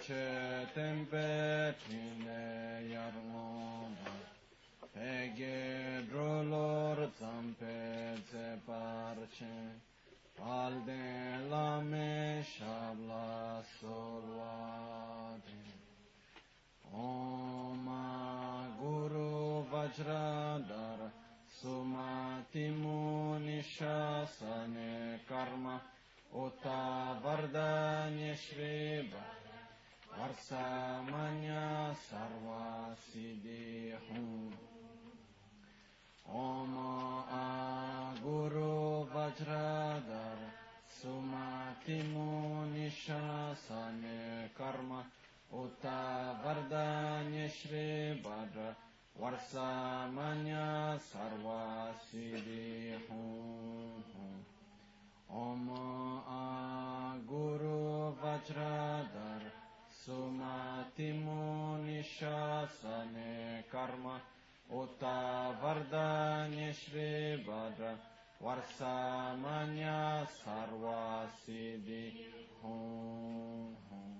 che tempe trine yarnoba pege drolor zampe ze parche alde lame shabla solvade Oma Guru Vajradhara Sumati Munishasane Karma Uta Vardanya Shriva Varsamanya Sarva Siddhi Hum Oma Guru Vajradhara Sumati Munishasane Karma Uta Vardanya Shri Bhadra Varsamanya Sarva Siddhi Hum Om Guru Vajradhara Sumati Munishasane Karma Uta Vardanya Shri Bhadra Varsamanya Sarva Siddhi Hum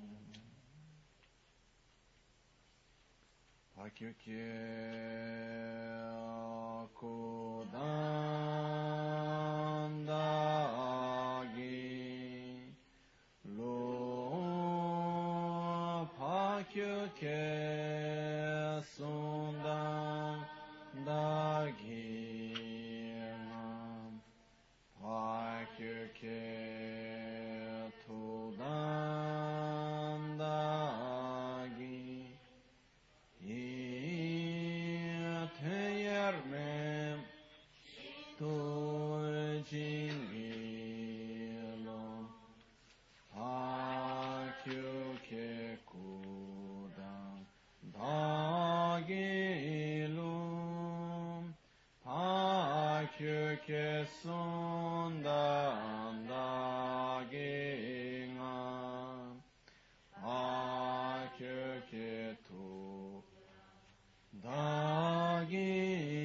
Pakyukye Kudandagi Lo Pakyukye Sundandagi Pakyukye Tudandagi Yerme tu jingilo Pakyukye kudam dagilum Pakyukye sundan dagingam Pakyukye tu Dagi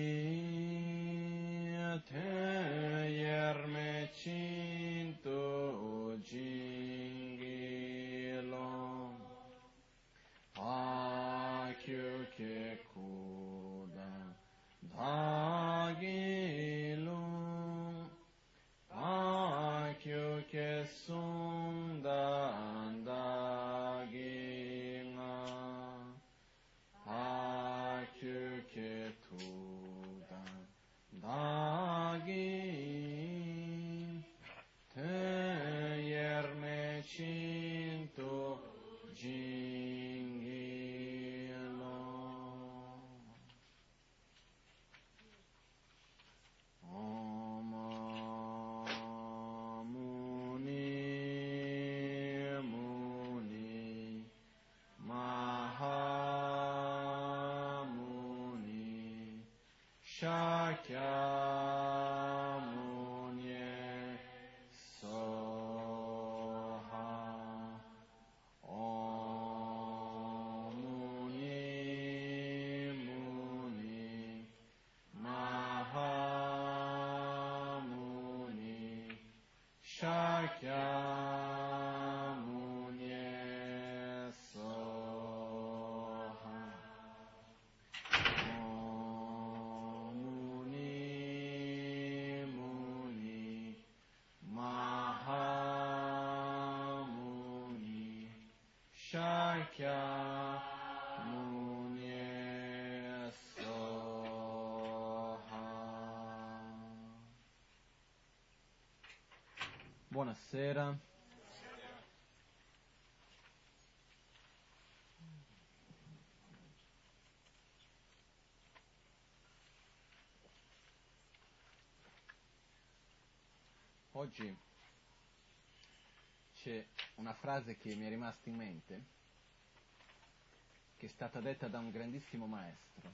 te yerme cinto jingilo Pakyukye kuda dagilum Pakyukye sundan dagingam Pakyukye tudam dagi te yerme cinto jingilo Om Muni Muni Mahamuni Shakyamuni Soha Om Muni Muni Mahamuni Shakyamuni Soha Mahamuni Shakyamuni Soha. Buonasera. Oggi c'è una frase che mi è rimasta in mente, che è stata detta da un grandissimo maestro,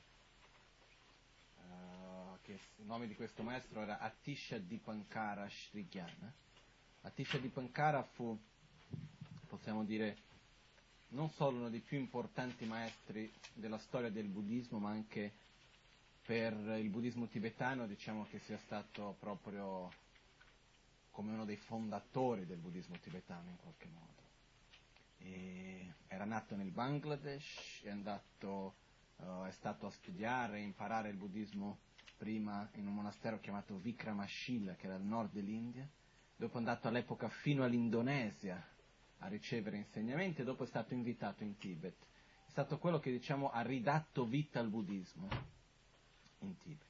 che il nome di questo maestro era Atisha Dipankara Srigyana. Atisha Dipankara fu, possiamo dire, non solo uno dei più importanti maestri della storia del buddismo, ma anche per il buddismo tibetano diciamo che sia stato proprio come uno dei fondatori del buddismo tibetano in qualche modo. era nato nel Bangladesh, è stato a studiare e imparare il buddismo prima in un monastero chiamato Vikramashila, che era al nord dell'India, dopo è andato all'epoca fino all'Indonesia a ricevere insegnamenti, e dopo è stato invitato in Tibet. È stato quello che, diciamo, ha ridato vita al buddismo in Tibet.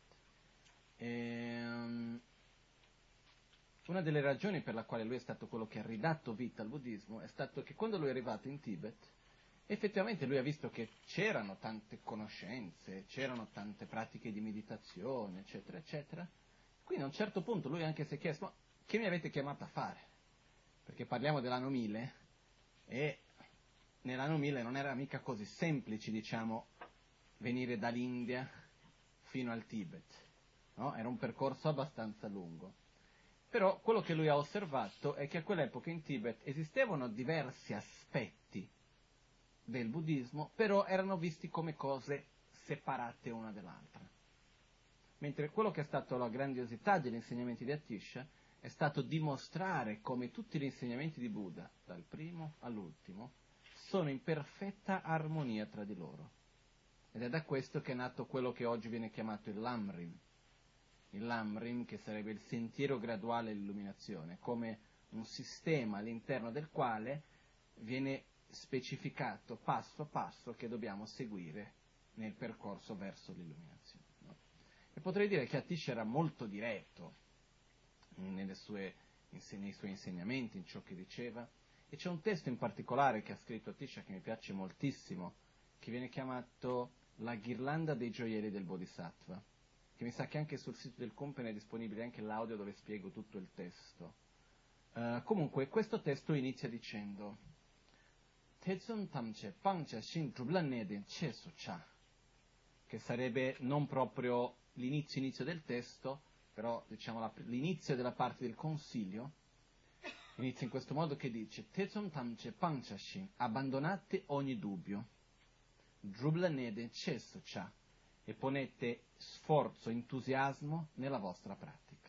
Una delle ragioni per la quale lui è stato quello che ha ridato vita al buddismo è stato che quando lui è arrivato in Tibet, effettivamente lui ha visto che c'erano tante conoscenze, c'erano tante pratiche di meditazione, eccetera, eccetera. Quindi a un certo punto lui anche si è chiesto: ma che mi avete chiamato a fare? Perché parliamo dell'anno 1000, e nell'anno 1000 non era mica così semplice, diciamo, venire dall'India fino al Tibet, no? Era un percorso abbastanza lungo. Però quello che lui ha osservato è che a quell'epoca in Tibet esistevano diversi aspetti del buddismo, però erano visti come cose separate una dall'altra. Mentre quello che è stato la grandiosità degli insegnamenti di Atisha è stato dimostrare come tutti gli insegnamenti di Buddha, dal primo all'ultimo, sono in perfetta armonia tra di loro. Ed è da questo che è nato quello che oggi viene chiamato il Lamrim. Il Lamrim, che sarebbe il sentiero graduale all'illuminazione, come un sistema all'interno del quale viene specificato passo a passo che dobbiamo seguire nel percorso verso l'illuminazione. No? E potrei dire che Atisha era molto diretto nei suoi insegnamenti, in ciò che diceva, e c'è un testo in particolare che ha scritto Atisha che mi piace moltissimo, che viene chiamato La ghirlanda dei gioielli del Bodhisattva, che mi sa che anche sul sito del Kumpen è disponibile anche l'audio dove spiego tutto il testo. Comunque, questo testo inizia dicendo: Tetsum tamche pangcha shin drublaneden chesu cha, che sarebbe non proprio l'inizio del testo, però diciamo l'inizio della parte del consiglio. Inizia in questo modo, che dice: Tetsum tamche pangcha shin, abbandonate ogni dubbio, drublaneden chesu cha, e ponete sforzo, entusiasmo nella vostra pratica.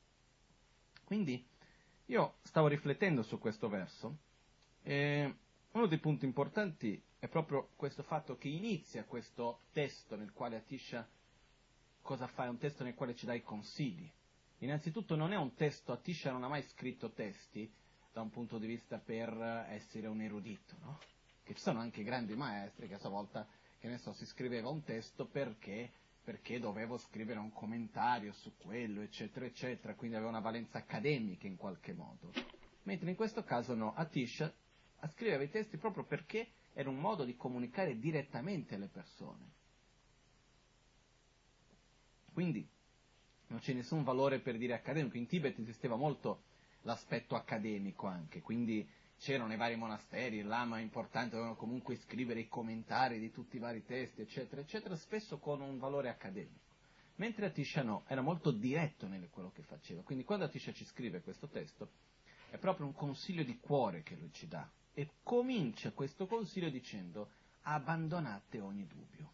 Quindi io stavo riflettendo su questo verso, e uno dei punti importanti è proprio questo fatto che inizia questo testo nel quale Atisha cosa fa? È un testo nel quale ci dà i consigli. Innanzitutto non è un testo, Atisha non ha mai scritto testi da un punto di vista per essere un erudito, no? Che ci sono anche grandi maestri che a sua volta, che ne so, si scriveva un testo perché dovevo scrivere un commentario su quello, eccetera, eccetera, quindi aveva una valenza accademica in qualche modo. Mentre in questo caso no, Atisha scriveva i testi proprio perché era un modo di comunicare direttamente alle persone. Quindi non c'è nessun valore per dire accademico. In Tibet esisteva molto l'aspetto accademico anche, quindi c'erano nei vari monasteri, il lama importante, dovevano comunque scrivere i commentari di tutti i vari testi, eccetera, eccetera, spesso con un valore accademico. Mentre Atisha no, era molto diretto nel quello che faceva. Quindi quando Atisha ci scrive questo testo, è proprio un consiglio di cuore che lui ci dà. E comincia questo consiglio dicendo: abbandonate ogni dubbio.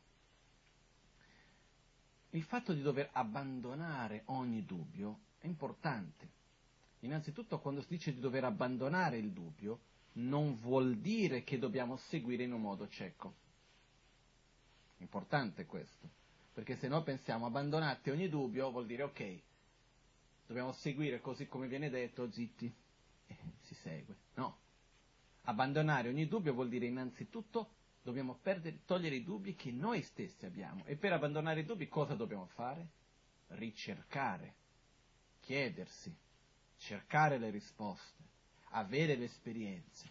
Il fatto di dover abbandonare ogni dubbio è importante. Innanzitutto, quando si dice di dover abbandonare il dubbio, non vuol dire che dobbiamo seguire in un modo cieco. Importante questo, perché se noi pensiamo abbandonate ogni dubbio, vuol dire ok, dobbiamo seguire così come viene detto, zitti, si segue. No. Abbandonare ogni dubbio vuol dire innanzitutto dobbiamo togliere i dubbi che noi stessi abbiamo. E per abbandonare i dubbi cosa dobbiamo fare? Ricercare, chiedersi, cercare le risposte, avere le esperienze.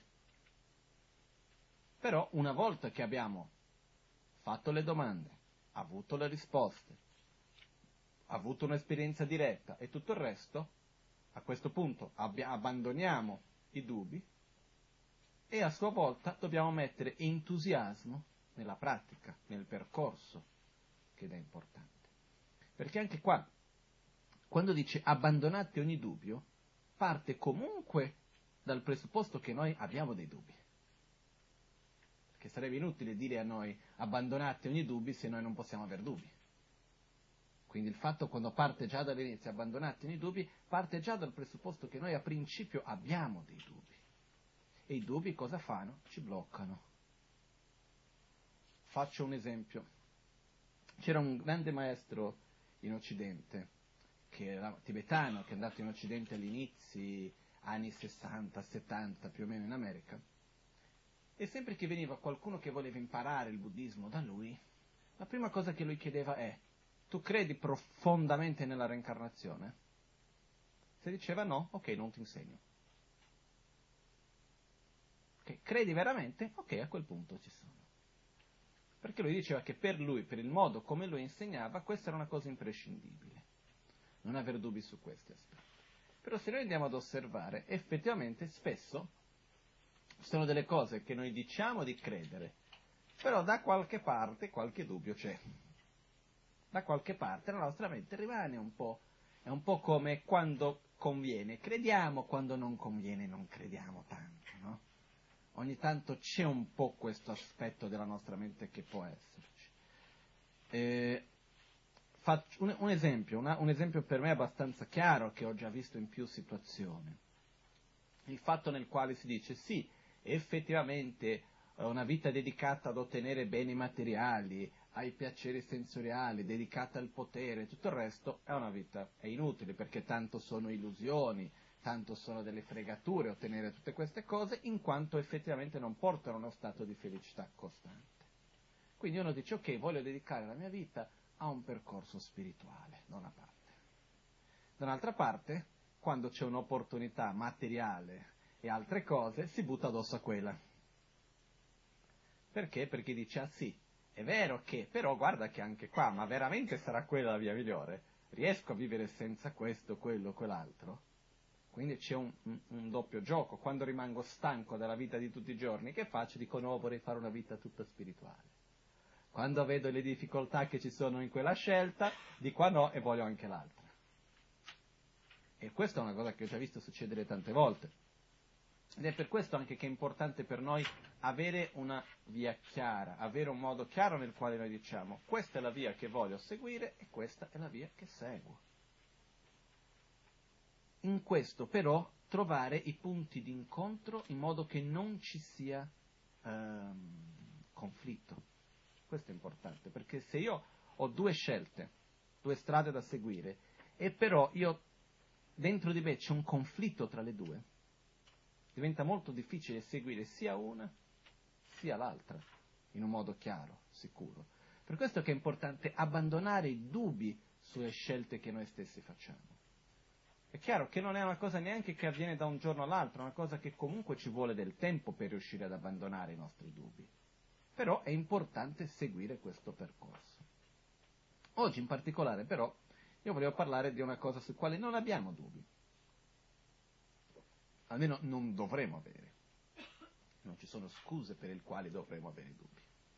Però una volta che abbiamo fatto le domande, avuto le risposte, avuto un'esperienza diretta e tutto il resto, a questo punto abbandoniamo i dubbi e a sua volta dobbiamo mettere entusiasmo nella pratica, nel percorso, che è importante. Perché anche qua, quando dice abbandonate ogni dubbio, parte comunque dal presupposto che noi abbiamo dei dubbi. Perché sarebbe inutile dire a noi abbandonate ogni dubbio se noi non possiamo aver dubbi. Quindi il fatto, quando parte già dall'inizio abbandonate ogni dubbi, parte già dal presupposto che noi a principio abbiamo dei dubbi. E i dubbi cosa fanno? Ci bloccano. Faccio un esempio. C'era un grande maestro in Occidente, che era tibetano, che è andato in Occidente agli inizi, anni 60, 70, più o meno in America. E sempre che veniva qualcuno che voleva imparare il buddismo da lui, la prima cosa che lui chiedeva è: tu credi profondamente nella reincarnazione? Se diceva no, ok, non ti insegno. Okay, credi veramente? Ok, a quel punto ci sono. Perché lui diceva che per lui, per il modo come lui insegnava, questa era una cosa imprescindibile. Non aver dubbi su questi aspetti. Però se noi andiamo ad osservare, effettivamente spesso sono delle cose che noi diciamo di credere, però da qualche parte qualche dubbio c'è. Da qualche parte la nostra mente rimane un po', è un po' come quando conviene crediamo, quando non conviene non crediamo tanto, no? Ogni tanto c'è un po' questo aspetto della nostra mente che può esserci. Faccio un esempio, un esempio per me abbastanza chiaro, che ho già visto in più situazioni. Il fatto nel quale si dice sì, effettivamente una vita dedicata ad ottenere beni materiali, ai piaceri sensoriali, dedicata al potere, tutto il resto è una vita è inutile, perché tanto sono illusioni, tanto sono delle fregature ottenere tutte queste cose, in quanto effettivamente non portano a uno stato di felicità costante. Quindi uno dice: ok, voglio dedicare la mia vita a un percorso spirituale, da una parte. Da un'altra parte, quando c'è un'opportunità materiale e altre cose, si butta addosso a quella. Perché? Perché dice: ah sì, è vero che, però guarda che anche qua, ma veramente sarà quella la via migliore? Riesco a vivere senza questo, quello, quell'altro? Quindi c'è un doppio gioco. Quando rimango stanco della vita di tutti i giorni, che faccio? Dico: no, vorrei fare una vita tutta spirituale. Quando vedo le difficoltà che ci sono in quella scelta, dico: ah no, e voglio anche l'altra. E questa è una cosa che ho già visto succedere tante volte. Ed è per questo anche che è importante per noi avere una via chiara, avere un modo chiaro nel quale noi diciamo: questa è la via che voglio seguire e questa è la via che seguo. In questo però trovare i punti di incontro in modo che non ci sia conflitto. Questo è importante, perché se io ho due scelte, due strade da seguire, e però dentro di me c'è un conflitto tra le due, diventa molto difficile seguire sia una sia l'altra in un modo chiaro, sicuro. Per questo che è importante abbandonare i dubbi sulle scelte che noi stessi facciamo. È chiaro che non è una cosa neanche che avviene da un giorno all'altro, è una cosa che comunque ci vuole del tempo per riuscire ad abbandonare i nostri dubbi. Però è importante seguire questo percorso. Oggi in particolare però io volevo parlare di una cosa su quale non abbiamo dubbi. Almeno non dovremo avere. Non ci sono scuse per le quali dovremo avere dubbi.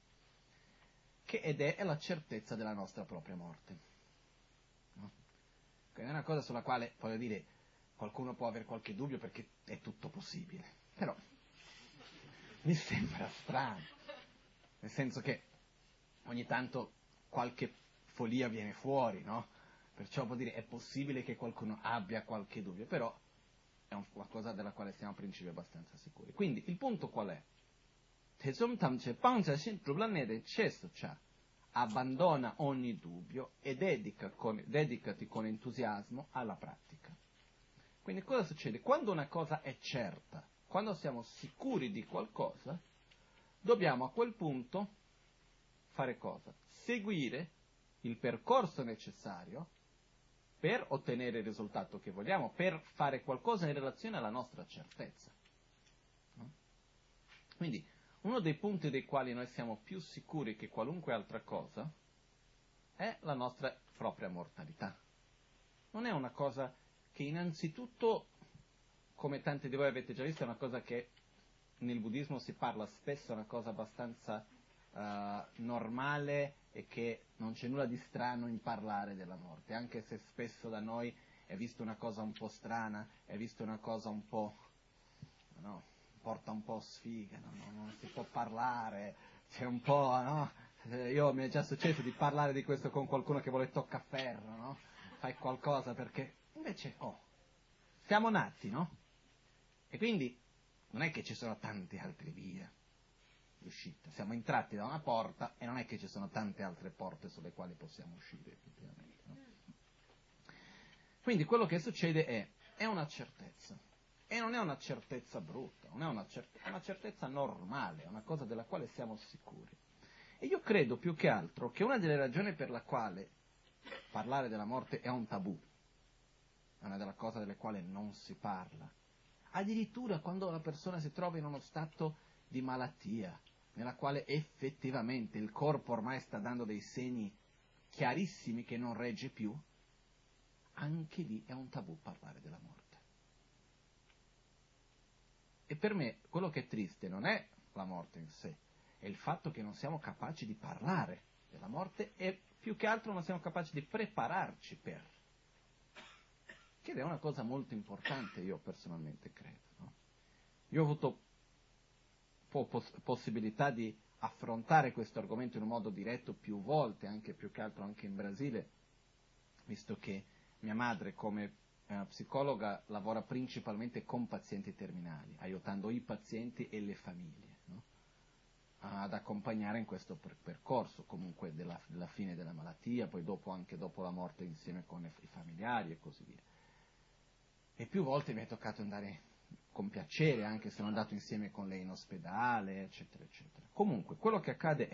Ed è la certezza della nostra propria morte. No? Che è una cosa sulla quale, voglio dire, qualcuno può avere qualche dubbio perché è tutto possibile. Però mi sembra strano. Nel senso che ogni tanto qualche follia viene fuori, no? Perciò vuol dire è possibile che qualcuno abbia qualche dubbio, però è una cosa della quale siamo a principio abbastanza sicuri. Quindi il punto qual è? Abbandona ogni dubbio e dedicati con entusiasmo alla pratica. Quindi cosa succede? Quando una cosa è certa, quando siamo sicuri di qualcosa, dobbiamo a quel punto fare cosa? Seguire il percorso necessario per ottenere il risultato che vogliamo, per fare qualcosa in relazione alla nostra certezza. No? Quindi, uno dei punti dei quali noi siamo più sicuri che qualunque altra cosa è la nostra propria mortalità. Non è una cosa che innanzitutto, come tanti di voi avete già visto, è una cosa che nel buddismo si parla spesso, è una cosa abbastanza normale e che non c'è nulla di strano in parlare della morte, anche se spesso da noi è vista una cosa un po' strana, è vista una cosa un po', no, porta un po' sfiga, no? Non si può parlare, c'è un po', no? Mi è già successo di parlare di questo con qualcuno che vuole toccaferro, no? Fai qualcosa perché, invece, siamo nati, no? E quindi non è che ci sono tante altre vie di uscita. Siamo entrati da una porta e non è che ci sono tante altre porte sulle quali possiamo uscire, effettivamente. No? Quindi quello che succede è una certezza. E non è una certezza brutta, non è una certezza normale, è una cosa della quale siamo sicuri. E io credo più che altro che una delle ragioni per la quale parlare della morte è un tabù, è una delle cose delle quali non si parla, addirittura quando la persona si trova in uno stato di malattia, nella quale effettivamente il corpo ormai sta dando dei segni chiarissimi che non regge più, anche lì è un tabù parlare della morte. E per me quello che è triste non è la morte in sé, è il fatto che non siamo capaci di parlare della morte e più che altro non siamo capaci di prepararci per. Che è una cosa molto importante, io personalmente credo. No? Io ho avuto possibilità di affrontare questo argomento in un modo diretto più volte, anche più che altro anche in Brasile, visto che mia madre come psicologa lavora principalmente con pazienti terminali, aiutando i pazienti e le famiglie, no? Ad accompagnare in questo percorso comunque della fine della malattia, poi anche dopo la morte insieme con i familiari e così via. E più volte mi è toccato andare con piacere, anche se sono andato insieme con lei in ospedale, eccetera, eccetera. Comunque, quello che accade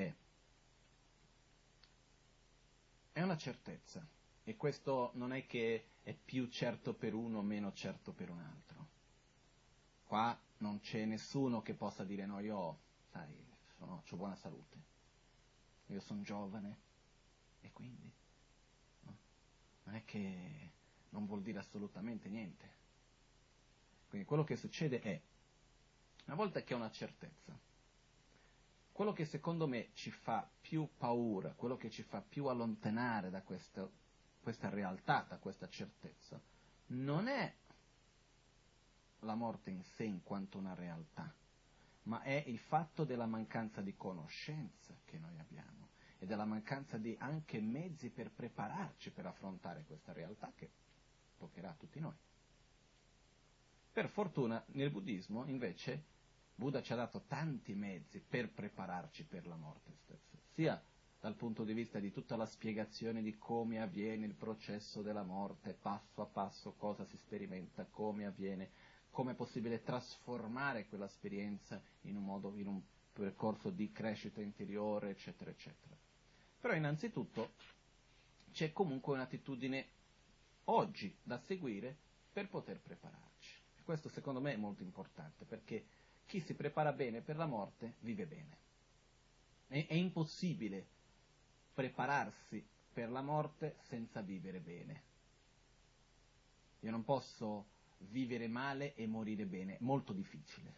è una certezza. E questo non è che è più certo per uno o meno certo per un altro. Qua non c'è nessuno che possa dire no, io, sai, ho buona salute, io sono giovane, e quindi, no? Non è che non vuol dire assolutamente niente. Quindi quello che succede è, una volta che è una certezza, quello che secondo me ci fa più paura, quello che ci fa più allontanare da questa realtà, da questa certezza, non è la morte in sé in quanto una realtà, ma è il fatto della mancanza di conoscenza che noi abbiamo e della mancanza di anche mezzi per prepararci per affrontare questa realtà che toccherà a tutti noi. Per fortuna nel buddismo invece Buddha ci ha dato tanti mezzi per prepararci per la morte stessa, sia dal punto di vista di tutta la spiegazione di come avviene il processo della morte, passo a passo, cosa si sperimenta, come avviene, come è possibile trasformare quell'esperienza in un percorso di crescita interiore, eccetera, eccetera. Però innanzitutto c'è comunque un'attitudine oggi da seguire per poter prepararci. E questo secondo me è molto importante, perché chi si prepara bene per la morte vive bene. È impossibile prepararsi per la morte senza vivere bene. Io non posso vivere male e morire bene, molto difficile.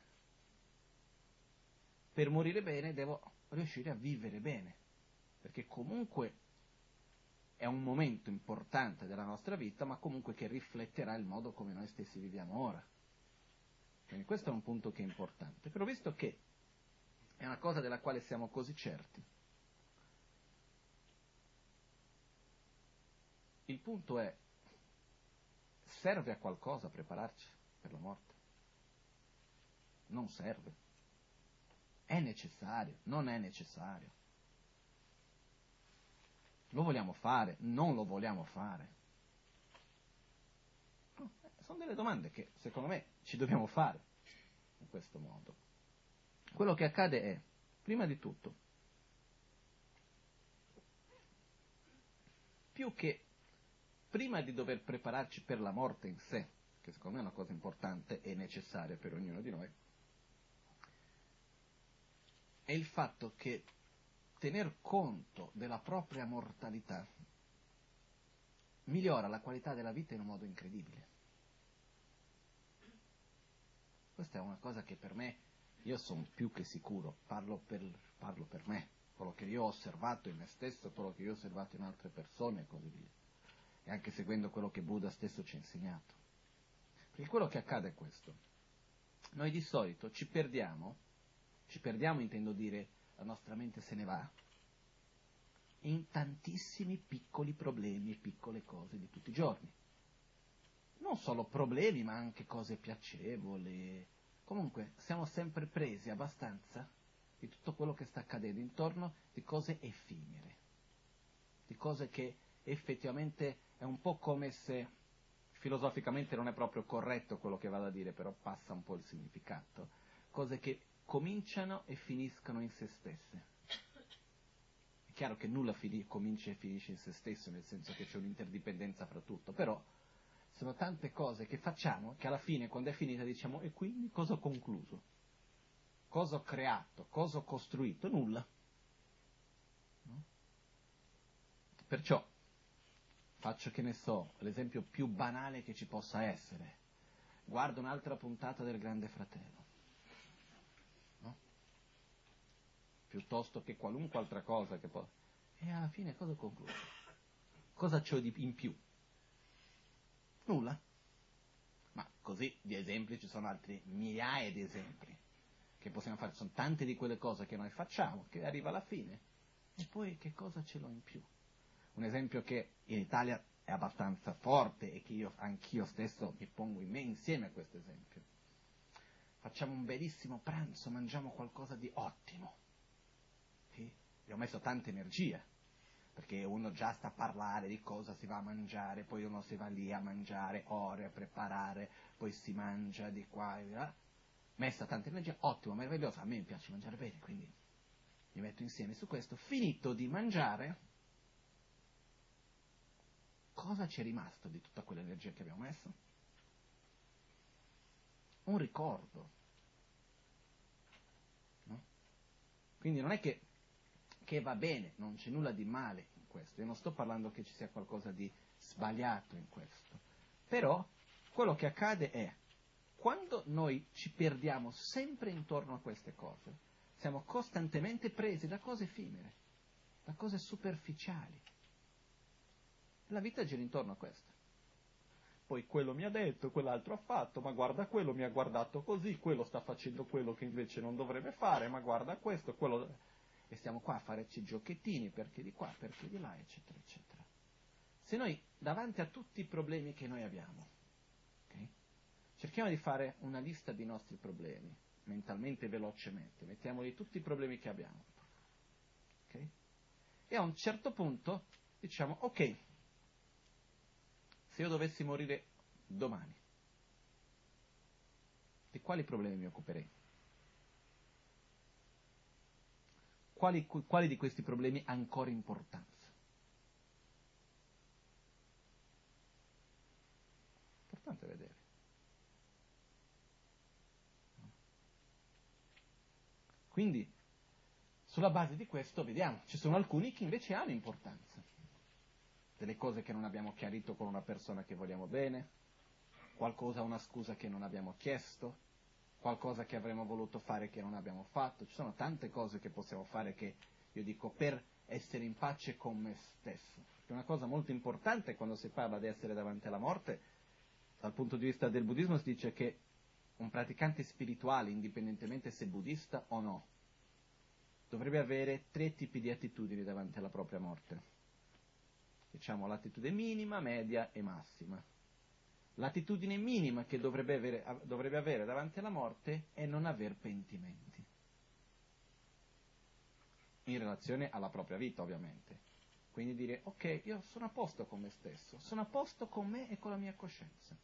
Per morire bene devo riuscire a vivere bene, perché comunque è un momento importante della nostra vita, ma comunque che rifletterà il modo come noi stessi viviamo ora. Quindi questo è un punto che è importante. Però visto che è una cosa della quale siamo così certi, il punto è, serve a qualcosa prepararci per la morte? Non serve. È necessario? Non è necessario. Lo vogliamo fare? Non lo vogliamo fare? No, sono delle domande che secondo me ci dobbiamo fare in questo modo. Quello che accade è, prima di tutto, più che prima di dover prepararci per la morte in sé, che secondo me è una cosa importante e necessaria per ognuno di noi, è il fatto che tener conto della propria mortalità migliora la qualità della vita in un modo incredibile. Questa è una cosa che per me, io sono più che sicuro, parlo per me, quello che io ho osservato in me stesso, quello che io ho osservato in altre persone e così via, e anche seguendo quello che Buddha stesso ci ha insegnato. Perché quello che accade è questo: noi di solito ci perdiamo intendo dire, la nostra mente se ne va, in tantissimi piccoli problemi e piccole cose di tutti i giorni. Non solo problemi, ma anche cose piacevoli, Comunque, siamo sempre presi abbastanza di tutto quello che sta accadendo intorno, di cose effimere, di cose che effettivamente è un po' come se, filosoficamente non è proprio corretto quello che vado a dire, però passa un po' il significato, cose che cominciano e finiscono in se stesse. È chiaro che nulla comincia e finisce in se stesso, nel senso che c'è un'interdipendenza fra tutto, però sono tante cose che facciamo che alla fine, quando è finita, diciamo: e quindi cosa ho concluso? Cosa ho creato? Cosa ho costruito? Nulla. No? Perciò faccio, che ne so, l'esempio più banale che ci possa essere. Guardo un'altra puntata del Grande Fratello, no? Piuttosto che qualunque altra cosa che possa. E alla fine cosa ho concluso? Cosa c'ho in più? Nulla. Ma così di esempi ci sono altri migliaia di esempi che possiamo fare. Sono tante di quelle cose che noi facciamo, che arriva alla fine. E poi che cosa ce l'ho in più? Un esempio che in Italia è abbastanza forte e che anch'io stesso mi pongo in me insieme a questo esempio. Facciamo un bellissimo pranzo, mangiamo qualcosa di ottimo. Sì? Gli ho messo tanta energia, perché uno già sta a parlare di cosa si va a mangiare, poi uno si va lì a mangiare, ore a preparare, poi si mangia di qua e di là. Messa tanta energia, ottimo, meraviglioso, a me piace mangiare bene, quindi mi metto insieme su questo. Finito di mangiare, cosa ci è rimasto di tutta quell'energia che abbiamo messo? Un ricordo. No? Quindi non è che va bene, non c'è nulla di male in questo, io non sto parlando che ci sia qualcosa di sbagliato in questo, però quello che accade è, quando noi ci perdiamo sempre intorno a queste cose, siamo costantemente presi da cose effimere, da cose superficiali. La vita gira intorno a questo. Poi quello mi ha detto, quell'altro ha fatto, ma guarda quello mi ha guardato così, quello sta facendo quello che invece non dovrebbe fare, ma guarda questo, quello. E stiamo qua a farci giochettini, perché di qua, perché di là, eccetera, eccetera. Se noi, davanti a tutti i problemi che noi abbiamo, okay, cerchiamo di fare una lista dei nostri problemi, mentalmente, velocemente, mettiamoli tutti i problemi che abbiamo, okay? E a un certo punto diciamo: ok, se io dovessi morire domani, di quali problemi mi occuperei? Quali di questi problemi ha ancora importanza? Importante vedere. Quindi, sulla base di questo, vediamo, ci sono alcuni che invece hanno importanza. Delle cose che non abbiamo chiarito con una persona che vogliamo bene, qualcosa, una scusa che non abbiamo chiesto, qualcosa che avremmo voluto fare che non abbiamo fatto. Ci sono tante cose che possiamo fare che, io dico, per essere in pace con me stesso. È una cosa molto importante quando si parla di essere davanti alla morte. Dal punto di vista del buddismo si dice che un praticante spirituale, indipendentemente se buddista o no, dovrebbe avere 3 tipi di attitudini davanti alla propria morte. Diciamo l'attitudine minima, media e massima. L'attitudine minima che dovrebbe avere davanti alla morte è non aver pentimenti. In relazione alla propria vita, ovviamente. Quindi dire: ok, io sono a posto con me stesso, sono a posto con me e con la mia coscienza.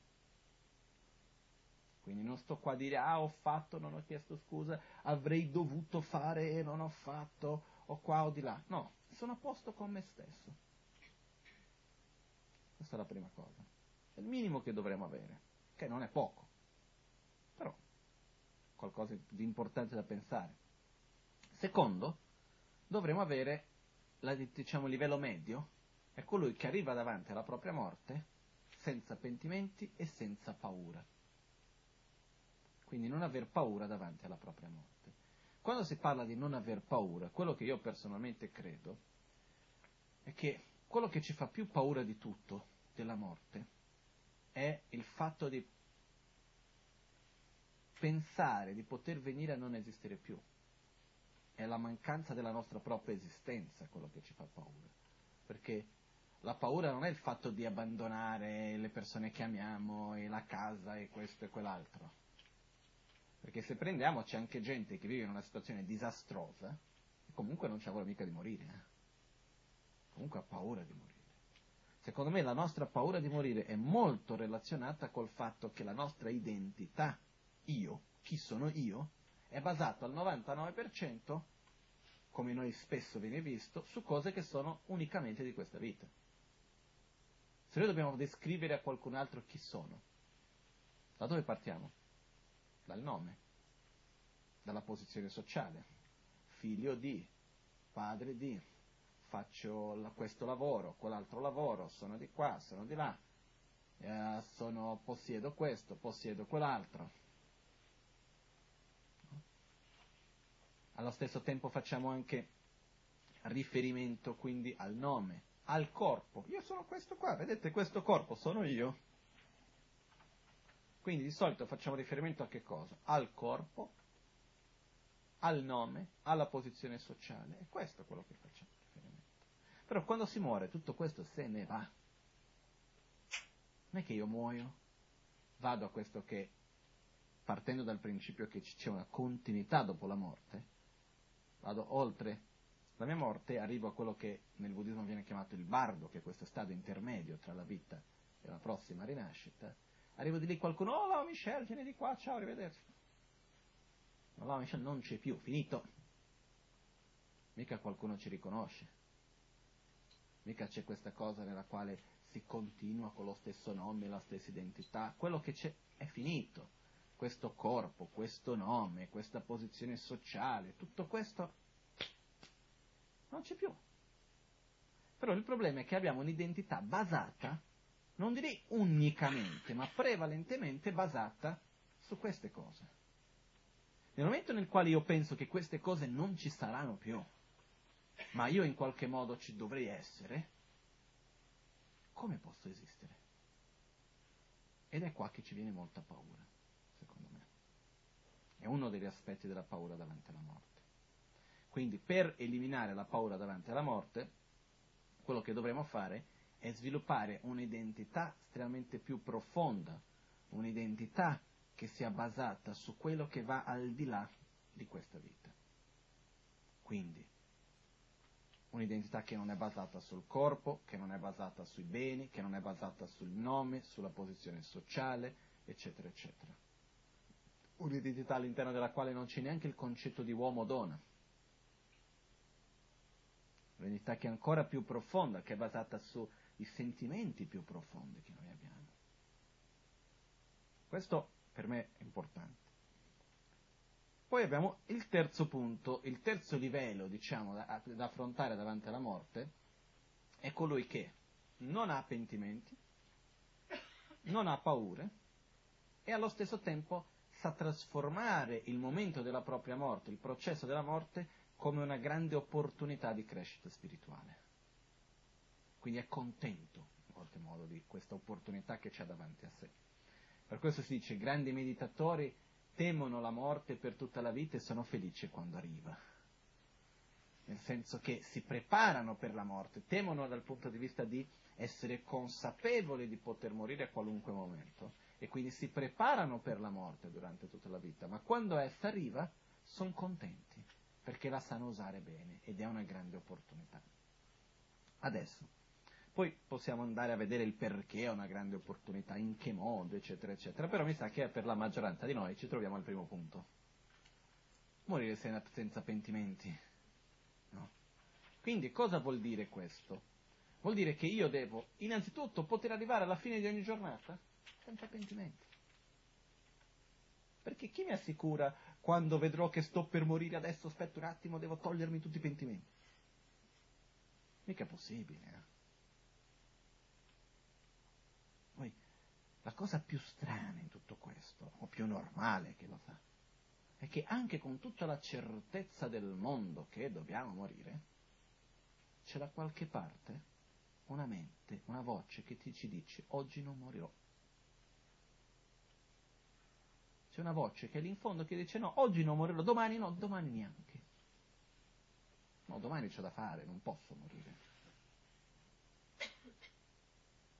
Quindi non sto qua a dire: ho fatto, non ho chiesto scusa, avrei dovuto fare e non ho fatto, o qua o di là. No, sono a posto con me stesso. Questa è la prima cosa. È il minimo che dovremmo avere, che non è poco, però qualcosa di importante da pensare. Secondo, dovremmo avere, diciamo, il livello medio, è colui che arriva davanti alla propria morte senza pentimenti e senza paura. Quindi non aver paura davanti alla propria morte. Quando si parla di non aver paura, quello che io personalmente credo è che quello che ci fa più paura di tutto, della morte, è il fatto di pensare di poter venire a non esistere più. È la mancanza della nostra propria esistenza quello che ci fa paura. Perché la paura non è il fatto di abbandonare le persone che amiamo, e la casa, e questo e quell'altro. Perché se prendiamo c'è anche gente che vive in una situazione disastrosa e comunque non c'ha voglia mica di morire. Comunque ha paura di morire. Secondo me la nostra paura di morire è molto relazionata col fatto che la nostra identità, io, chi sono io, è basato al 99%, come noi spesso viene visto, su cose che sono unicamente di questa vita. Se noi dobbiamo descrivere a qualcun altro chi sono, da dove partiamo? Dal nome, dalla posizione sociale, figlio di, padre di, faccio questo lavoro, quell'altro lavoro, sono di qua, sono di là, possiedo questo, possiedo quell'altro. Allo stesso tempo facciamo anche riferimento quindi al nome, al corpo. Io sono questo qua, vedete questo corpo, sono io. Quindi di solito facciamo riferimento a che cosa? Al corpo, al nome, alla posizione sociale. E questo è quello che facciamo riferimento. Però quando si muore tutto questo se ne va. Non è che io muoio, vado a questo che, partendo dal principio che c'è una continuità dopo la morte, vado oltre la mia morte, arrivo a quello che nel buddismo viene chiamato il bardo, che è questo stato intermedio tra la vita e la prossima rinascita. Arrivo di lì qualcuno, oh là Michel, vieni di qua, ciao, arrivederci. Ma là Michel non c'è più, finito. Mica qualcuno ci riconosce. Mica c'è questa cosa nella quale si continua con lo stesso nome, la stessa identità. Quello che c'è è finito. Questo corpo, questo nome, questa posizione sociale, tutto questo non c'è più. Però il problema è che abbiamo un'identità basata, non direi unicamente, ma prevalentemente basata su queste cose. Nel momento nel quale io penso che queste cose non ci saranno più, ma io in qualche modo ci dovrei essere, come posso esistere? Ed è qua che ci viene molta paura, secondo me. È uno degli aspetti della paura davanti alla morte. Quindi per eliminare la paura davanti alla morte, quello che dovremo fare è sviluppare un'identità estremamente più profonda, un'identità che sia basata su quello che va al di là di questa vita. Quindi, un'identità che non è basata sul corpo, che non è basata sui beni, che non è basata sul nome, sulla posizione sociale, eccetera, eccetera. Un'identità all'interno della quale non c'è neanche il concetto di uomo o donna. Un'identità che è ancora più profonda, che è basata sui sentimenti più profondi che noi abbiamo. Questo per me è importante. Poi abbiamo il terzo punto, il terzo livello, diciamo, da affrontare davanti alla morte, è colui che non ha pentimenti, non ha paure e allo stesso tempo sa trasformare il momento della propria morte, il processo della morte, come una grande opportunità di crescita spirituale. Quindi è contento, in qualche modo, di questa opportunità che c'ha davanti a sé. Per questo si dice, grandi meditatori temono la morte per tutta la vita e sono felici quando arriva. Nel senso che si preparano per la morte, temono dal punto di vista di essere consapevoli di poter morire a qualunque momento e quindi si preparano per la morte durante tutta la vita, ma quando essa arriva sono contenti perché la sanno usare bene ed è una grande opportunità. Adesso, poi possiamo andare a vedere il perché è una grande opportunità, in che modo, eccetera, eccetera, però mi sa che per la maggioranza di noi ci troviamo al primo punto. Morire senza pentimenti. No. Quindi cosa vuol dire questo? Vuol dire che io devo innanzitutto poter arrivare alla fine di ogni giornata senza pentimenti. Perché chi mi assicura quando vedrò che sto per morire adesso, aspetta un attimo, devo togliermi tutti i pentimenti? Mica è possibile. Poi la cosa più strana in tutto questo, o più normale che lo fa, è che anche con tutta la certezza del mondo che dobbiamo morire, c'è da qualche parte una mente, una voce che ci dice oggi non morirò. C'è una voce che è lì in fondo che dice no, oggi non morirò, domani no, domani neanche. No, domani c'ho da fare, non posso morire.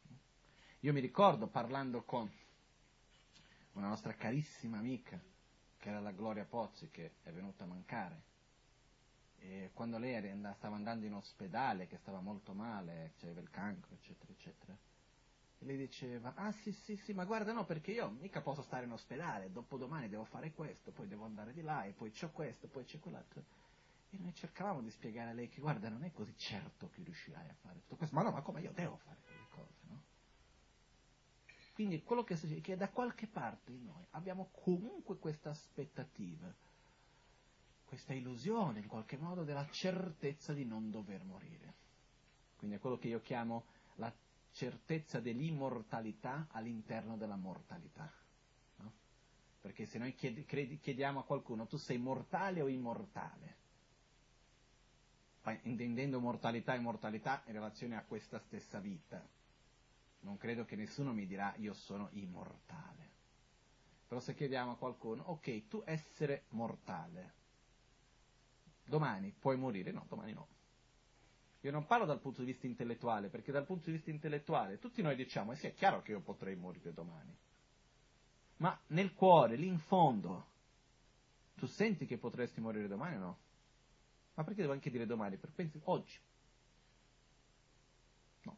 Io mi ricordo parlando con una nostra carissima amica che era la Gloria Pozzi, che è venuta a mancare. E quando lei stava andando in ospedale, che stava molto male, c'aveva il cancro, eccetera, eccetera, e lei diceva, ah sì, ma guarda no, perché io mica posso stare in ospedale, dopodomani devo fare questo, poi devo andare di là, e poi c'ho questo, poi c'è quell'altro. E noi cercavamo di spiegare a lei che, guarda, non è così certo che riuscirai a fare tutto questo, ma no, ma come io devo fare quelle cose, no? Quindi quello che succede è che da qualche parte di noi abbiamo comunque questa aspettativa, questa illusione in qualche modo della certezza di non dover morire. Quindi è quello che io chiamo la certezza dell'immortalità all'interno della mortalità. No? Perché se noi chiediamo a qualcuno, tu sei mortale o immortale? Intendendo mortalità e immortalità in relazione a questa stessa vita. Non credo che nessuno mi dirà io sono immortale. Però se chiediamo a qualcuno, ok, tu essere mortale, domani puoi morire? No, domani no. Io non parlo dal punto di vista intellettuale, perché dal punto di vista intellettuale tutti noi diciamo, sì, è chiaro che io potrei morire domani. Ma nel cuore, lì in fondo, tu senti che potresti morire domani o no? Ma perché devo anche dire domani? Per pensi oggi. No.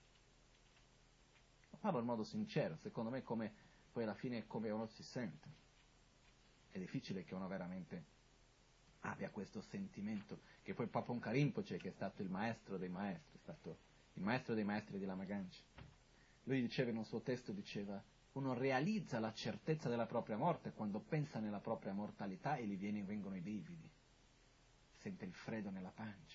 Lo parlo in modo sincero, secondo me come poi alla fine è come uno si sente. È difficile che uno veramente abbia questo sentimento, che poi Paponka Rinpoche, che è stato il maestro dei maestri, è stato il maestro dei maestri di Lama Ganchen. Lui diceva in un suo testo, diceva, uno realizza la certezza della propria morte quando pensa nella propria mortalità e gli vengono i brividi, sente il freddo nella pancia,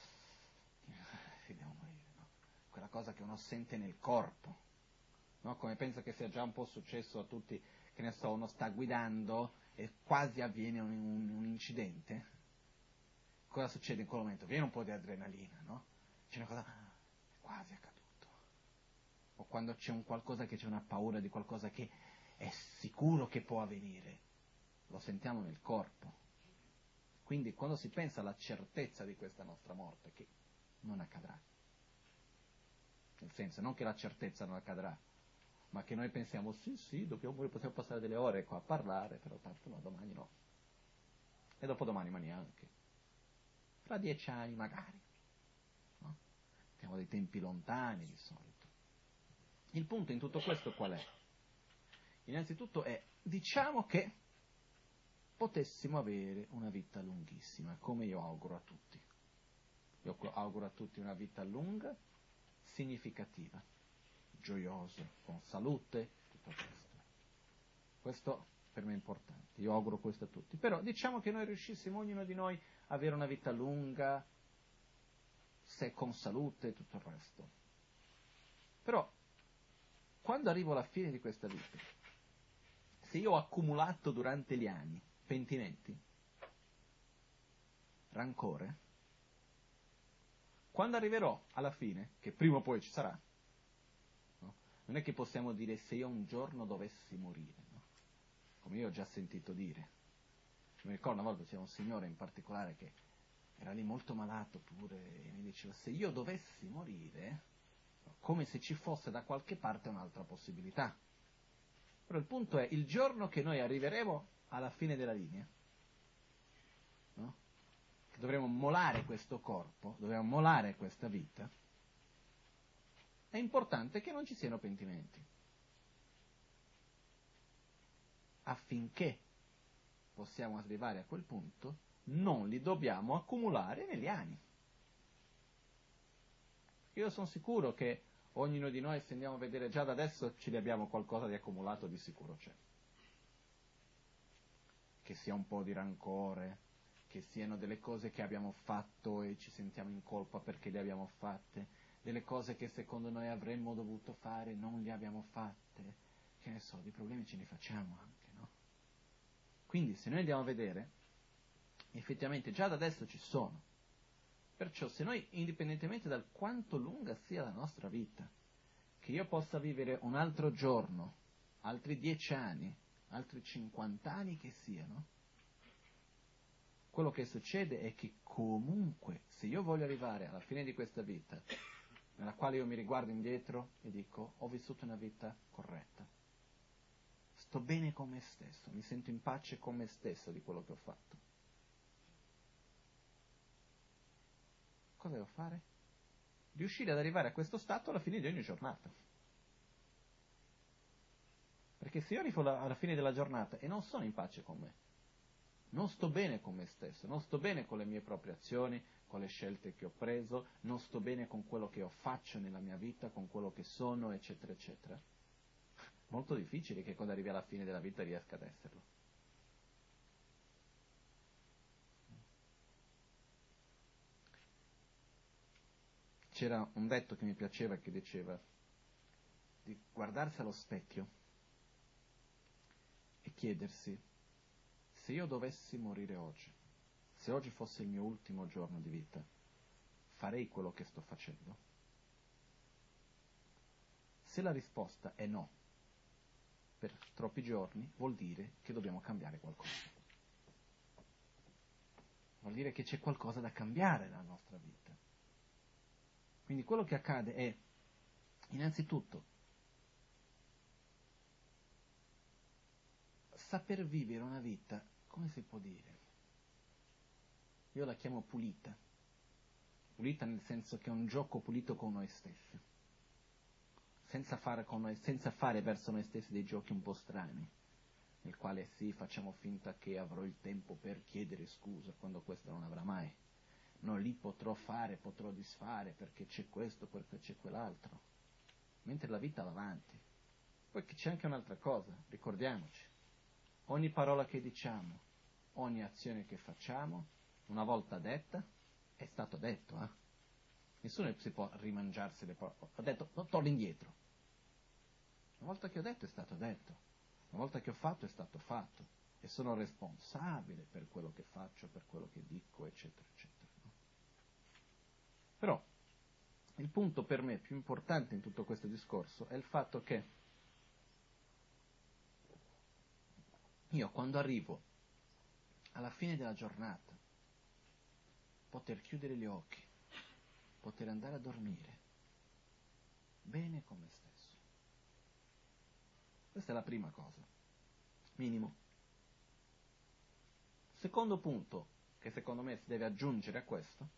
devo morire, no? Quella cosa che uno sente nel corpo, no? Come penso che sia già un po' successo a tutti, che ne so, uno sta guidando e quasi avviene un incidente. Cosa succede in quel momento? Viene un po' di adrenalina, no? C'è una cosa, è quasi accaduto. O quando c'è un qualcosa che c'è una paura di qualcosa che è sicuro che può avvenire, lo sentiamo nel corpo. Quindi quando si pensa alla certezza di questa nostra morte, che non accadrà, nel senso non che la certezza non accadrà, ma che noi pensiamo sì, dobbiamo morire, possiamo passare delle ore qua a parlare, però tanto no, domani no. E dopodomani ma neanche. Fra 10 anni magari. No? Siamo dei tempi lontani di solito. Il punto in tutto questo qual è? Innanzitutto è, diciamo che potessimo avere una vita lunghissima, come io auguro a tutti. Io auguro a tutti una vita lunga, significativa, gioiosa, con salute, tutto questo. Questo per me è importante, io auguro questo a tutti. Però diciamo che noi riuscissimo, ognuno di noi, a avere una vita lunga, se con salute, tutto il resto. Però, quando arrivo alla fine di questa vita, se io ho accumulato durante gli anni pentimenti, rancore, quando arriverò alla fine, che prima o poi ci sarà, no? Non è che possiamo dire se io un giorno dovessi morire, no? Come io ho già sentito dire. Mi ricordo una volta c'era un signore in particolare che era lì molto malato pure e mi diceva se io dovessi morire, come se ci fosse da qualche parte un'altra possibilità. Però il punto è, il giorno che noi arriveremo alla fine della linea, no? Che dovremo molare questo corpo, dovremo molare questa vita, è importante che non ci siano pentimenti, affinché possiamo arrivare a quel punto, non li dobbiamo accumulare negli anni. Io sono sicuro che ognuno di noi, se andiamo a vedere già da adesso, ce li abbiamo qualcosa di accumulato, di sicuro c'è. Che sia un po' di rancore, che siano delle cose che abbiamo fatto e ci sentiamo in colpa perché le abbiamo fatte, delle cose che secondo noi avremmo dovuto fare e non le abbiamo fatte, che ne so, di problemi ce ne facciamo anche, no? Quindi se noi andiamo a vedere, effettivamente già da adesso ci sono. Perciò se noi, indipendentemente dal quanto lunga sia la nostra vita, che io possa vivere un altro giorno, altri 10 anni, altri 50 anni che siano, quello che succede è che comunque, se io voglio arrivare alla fine di questa vita, nella quale io mi riguardo indietro e dico, ho vissuto una vita corretta, sto bene con me stesso, mi sento in pace con me stesso di quello che ho fatto. Cosa devo fare? Riuscire ad arrivare a questo stato alla fine di ogni giornata. Perché se io arrivo alla fine della giornata e non sono in pace con me, non sto bene con me stesso, non sto bene con le mie proprie azioni, con le scelte che ho preso, non sto bene con quello che io faccio nella mia vita, con quello che sono, eccetera, eccetera. Molto difficile che quando arrivi alla fine della vita riesca ad esserlo. C'era un detto che mi piaceva che diceva di guardarsi allo specchio e chiedersi: se io dovessi morire oggi, se oggi fosse il mio ultimo giorno di vita, farei quello che sto facendo? Se la risposta è no, per troppi giorni, vuol dire che dobbiamo cambiare qualcosa. Vuol dire che c'è qualcosa da cambiare nella nostra vita. Quindi quello che accade è, innanzitutto, saper vivere una vita, come si può dire? Io la chiamo pulita. Pulita nel senso che è un gioco pulito con noi stessi. Senza fare verso noi stessi dei giochi un po' strani, nel quale sì, facciamo finta che avrò il tempo per chiedere scusa, quando questo non avrà mai. Non li potrò fare, potrò disfare, perché c'è questo, perché c'è quell'altro. Mentre la vita va avanti. Poi c'è anche un'altra cosa, ricordiamoci. Ogni parola che diciamo, ogni azione che facciamo, una volta detta, è stato detto, Nessuno si può rimangiarsi le parole. Ho detto, non torno indietro. Una volta che ho detto è stato detto. Una volta che ho fatto è stato fatto. E sono responsabile per quello che faccio, per quello che dico, eccetera, eccetera. No? Però il punto per me più importante in tutto questo discorso è il fatto che io quando arrivo alla fine della giornata, poter chiudere gli occhi, poter andare a dormire bene con me stesso. Questa è la prima cosa, minimo. Secondo punto, che secondo me si deve aggiungere a questo,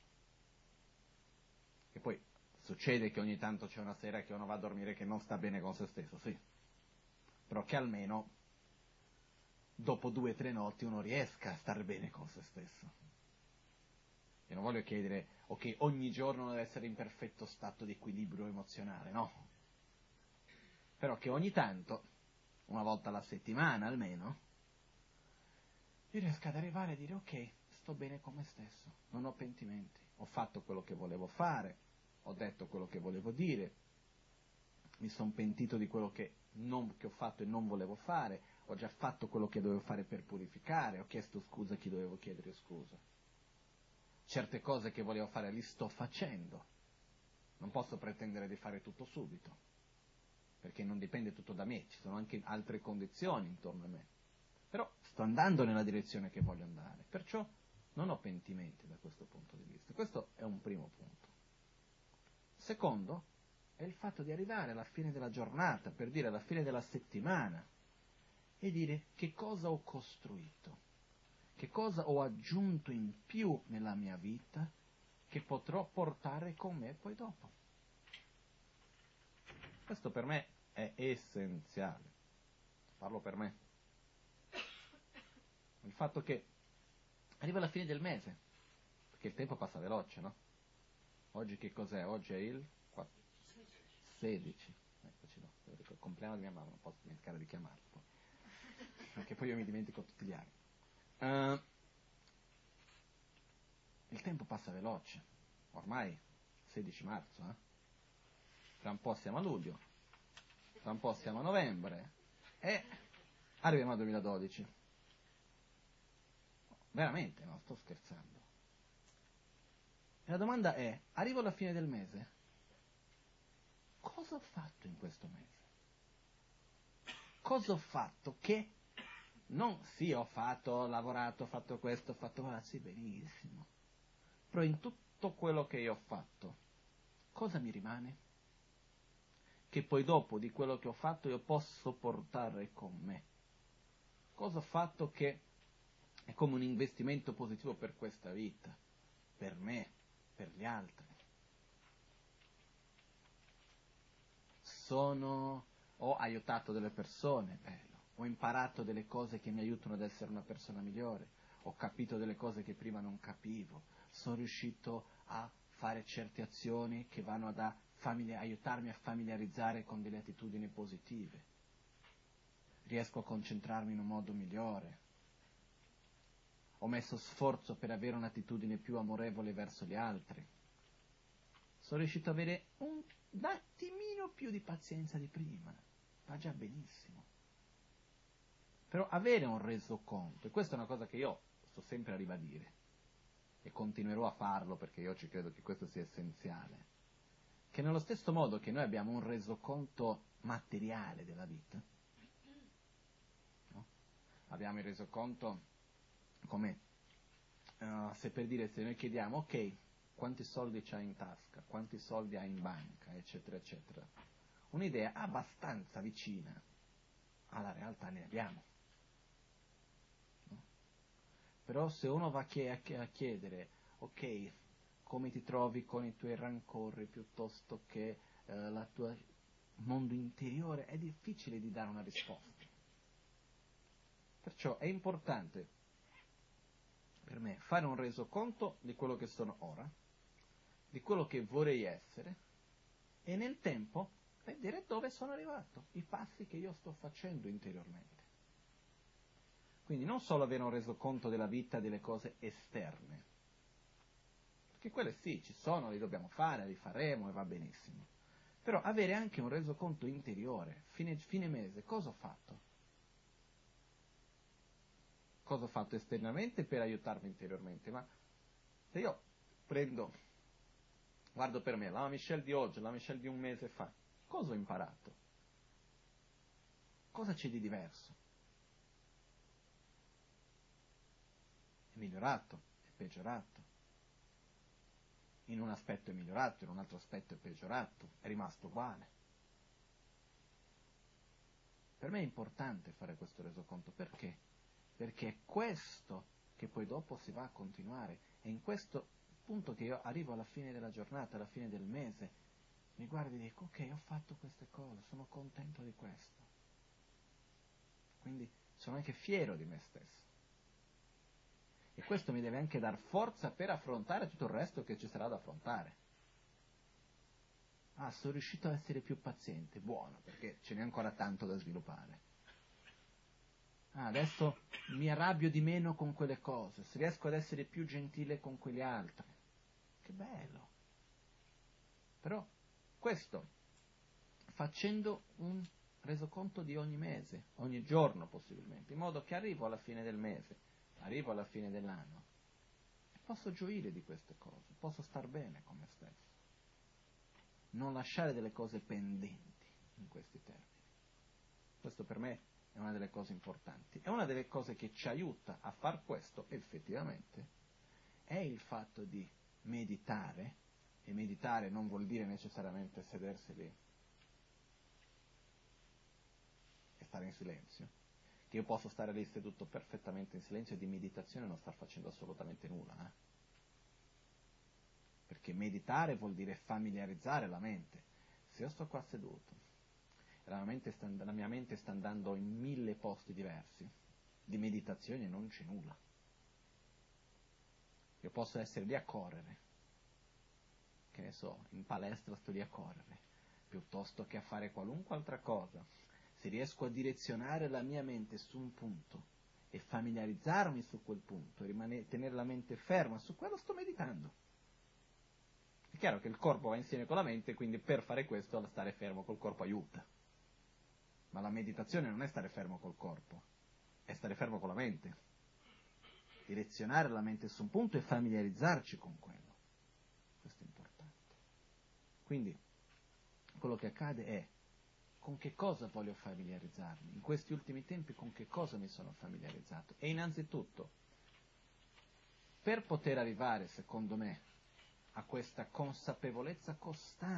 che poi succede che ogni tanto c'è una sera che uno va a dormire che non sta bene con se stesso, sì, però che almeno dopo 2 o 3 notti uno riesca a stare bene con se stesso. Io non voglio chiedere, ok, ogni giorno deve essere in perfetto stato di equilibrio emozionale, no? Però che ogni tanto, una volta alla settimana almeno, io riesca ad arrivare a dire, ok, sto bene con me stesso, non ho pentimenti, ho fatto quello che volevo fare, ho detto quello che volevo dire, mi sono pentito di quello che ho fatto e non volevo fare, ho già fatto quello che dovevo fare per purificare, ho chiesto scusa a chi dovevo chiedere scusa. Certe cose che volevo fare li sto facendo, non posso pretendere di fare tutto subito, perché non dipende tutto da me, ci sono anche altre condizioni intorno a me, però sto andando nella direzione che voglio andare, perciò non ho pentimenti da questo punto di vista. Questo è un primo punto. Secondo è il fatto di arrivare alla fine della giornata, per dire alla fine della settimana, e dire che cosa ho costruito, che cosa ho aggiunto in più nella mia vita che potrò portare con me poi dopo. Questo per me è essenziale. Parlo per me. Il fatto che arriva alla fine del mese, perché il tempo passa veloce, no? Oggi che cos'è? Oggi è il 16. Eccoci, no. Il compleanno di mia mamma, non posso dimenticare di chiamarlo poi. Perché poi io mi dimentico tutti gli anni. Il tempo passa veloce, ormai 16 marzo, Tra un po' siamo a luglio, tra un po' siamo a novembre e arriviamo al 2012. Veramente, no, sto scherzando. E la domanda è, arrivo alla fine del mese, cosa ho fatto in questo mese? Cosa ho fatto che non sì, ho lavorato, ho fatto questo, ho fatto sì, benissimo. Però in tutto quello che io ho fatto, cosa mi rimane? Che poi dopo di quello che ho fatto io posso portare con me. Cosa ho fatto che è come un investimento positivo per questa vita, per me, per gli altri? Ho aiutato delle persone, bello. Ho imparato delle cose che mi aiutano ad essere una persona migliore. Ho capito delle cose che prima non capivo. Sono riuscito a fare certe azioni che vanno ad aiutarmi a familiarizzare con delle attitudini positive. Riesco a concentrarmi in un modo migliore. Ho messo sforzo per avere un'attitudine più amorevole verso gli altri. Sono riuscito ad avere un attimino più di pazienza di prima. Va già benissimo. Però avere un resoconto, e questa è una cosa che io sto sempre a ribadire, e continuerò a farlo perché io ci credo che questo sia essenziale, che nello stesso modo che noi abbiamo un resoconto materiale della vita, no? Abbiamo il resoconto come se noi chiediamo, ok, quanti soldi c'hai in tasca, quanti soldi hai in banca, eccetera, eccetera. Un'idea abbastanza vicina alla realtà ne abbiamo. No? Però se uno va a chiedere, ok, come ti trovi con i tuoi rancori piuttosto che il tuo mondo interiore, è difficile di dare una risposta. Perciò è importante per me fare un resoconto di quello che sono ora, di quello che vorrei essere, e nel tempo vedere dove sono arrivato, i passi che io sto facendo interiormente. Quindi non solo avere un resoconto della vita, delle cose esterne, perché quelle sì, ci sono, li dobbiamo fare, li faremo e va benissimo, però avere anche un resoconto interiore, fine mese, cosa ho fatto? Cosa ho fatto esternamente per aiutarmi interiormente? Ma se io guardo per me, la Michelle di oggi, la Michelle di un mese fa, cosa ho imparato? Cosa c'è di diverso? È migliorato? È peggiorato? In un aspetto è migliorato, in un altro aspetto è peggiorato, è rimasto uguale. Per me è importante fare questo resoconto, perché? Perché è questo che poi dopo si va a continuare, è in questo punto che io arrivo alla fine della giornata, alla fine del mese, mi guardo e dico, ok, ho fatto queste cose, sono contento di questo. Quindi sono anche fiero di me stesso. E questo mi deve anche dar forza per affrontare tutto il resto che ci sarà da affrontare. Ah, sono riuscito a essere più paziente, buono, perché ce n'è ancora tanto da sviluppare. Ah, adesso mi arrabbio di meno con quelle cose, se riesco ad essere più gentile con quegli altri. Che bello. Però questo, facendo un resoconto di ogni mese, ogni giorno possibilmente, in modo che arrivo alla fine del mese, arrivo alla fine dell'anno, posso gioire di queste cose, posso star bene con me stesso. Non lasciare delle cose pendenti in questi termini. Questo per me è una delle cose importanti. E una delle cose che ci aiuta a far questo, effettivamente, è il fatto di meditare, e meditare non vuol dire necessariamente sedersi lì e stare in silenzio, che io posso stare lì seduto perfettamente in silenzio e di meditazione non star facendo assolutamente nulla, perché meditare vuol dire familiarizzare la mente. Se io sto qua seduto e la mia mente sta andando in 1000 posti diversi, di meditazione non c'è nulla. Io posso essere lì a correre, che ne so, in palestra sto lì a correre, piuttosto che a fare qualunque altra cosa. Se riesco a direzionare la mia mente su un punto e familiarizzarmi su quel punto, tenere la mente ferma su quello, sto meditando. È chiaro che il corpo va insieme con la mente, quindi per fare questo stare fermo col corpo aiuta. Ma la meditazione non è stare fermo col corpo, è stare fermo con la mente. Direzionare la mente su un punto e familiarizzarci con quello. Questo è importante. Quindi, quello che accade è, con che cosa voglio familiarizzarmi? In questi ultimi tempi con che cosa mi sono familiarizzato? E innanzitutto, per poter arrivare, secondo me, a questa consapevolezza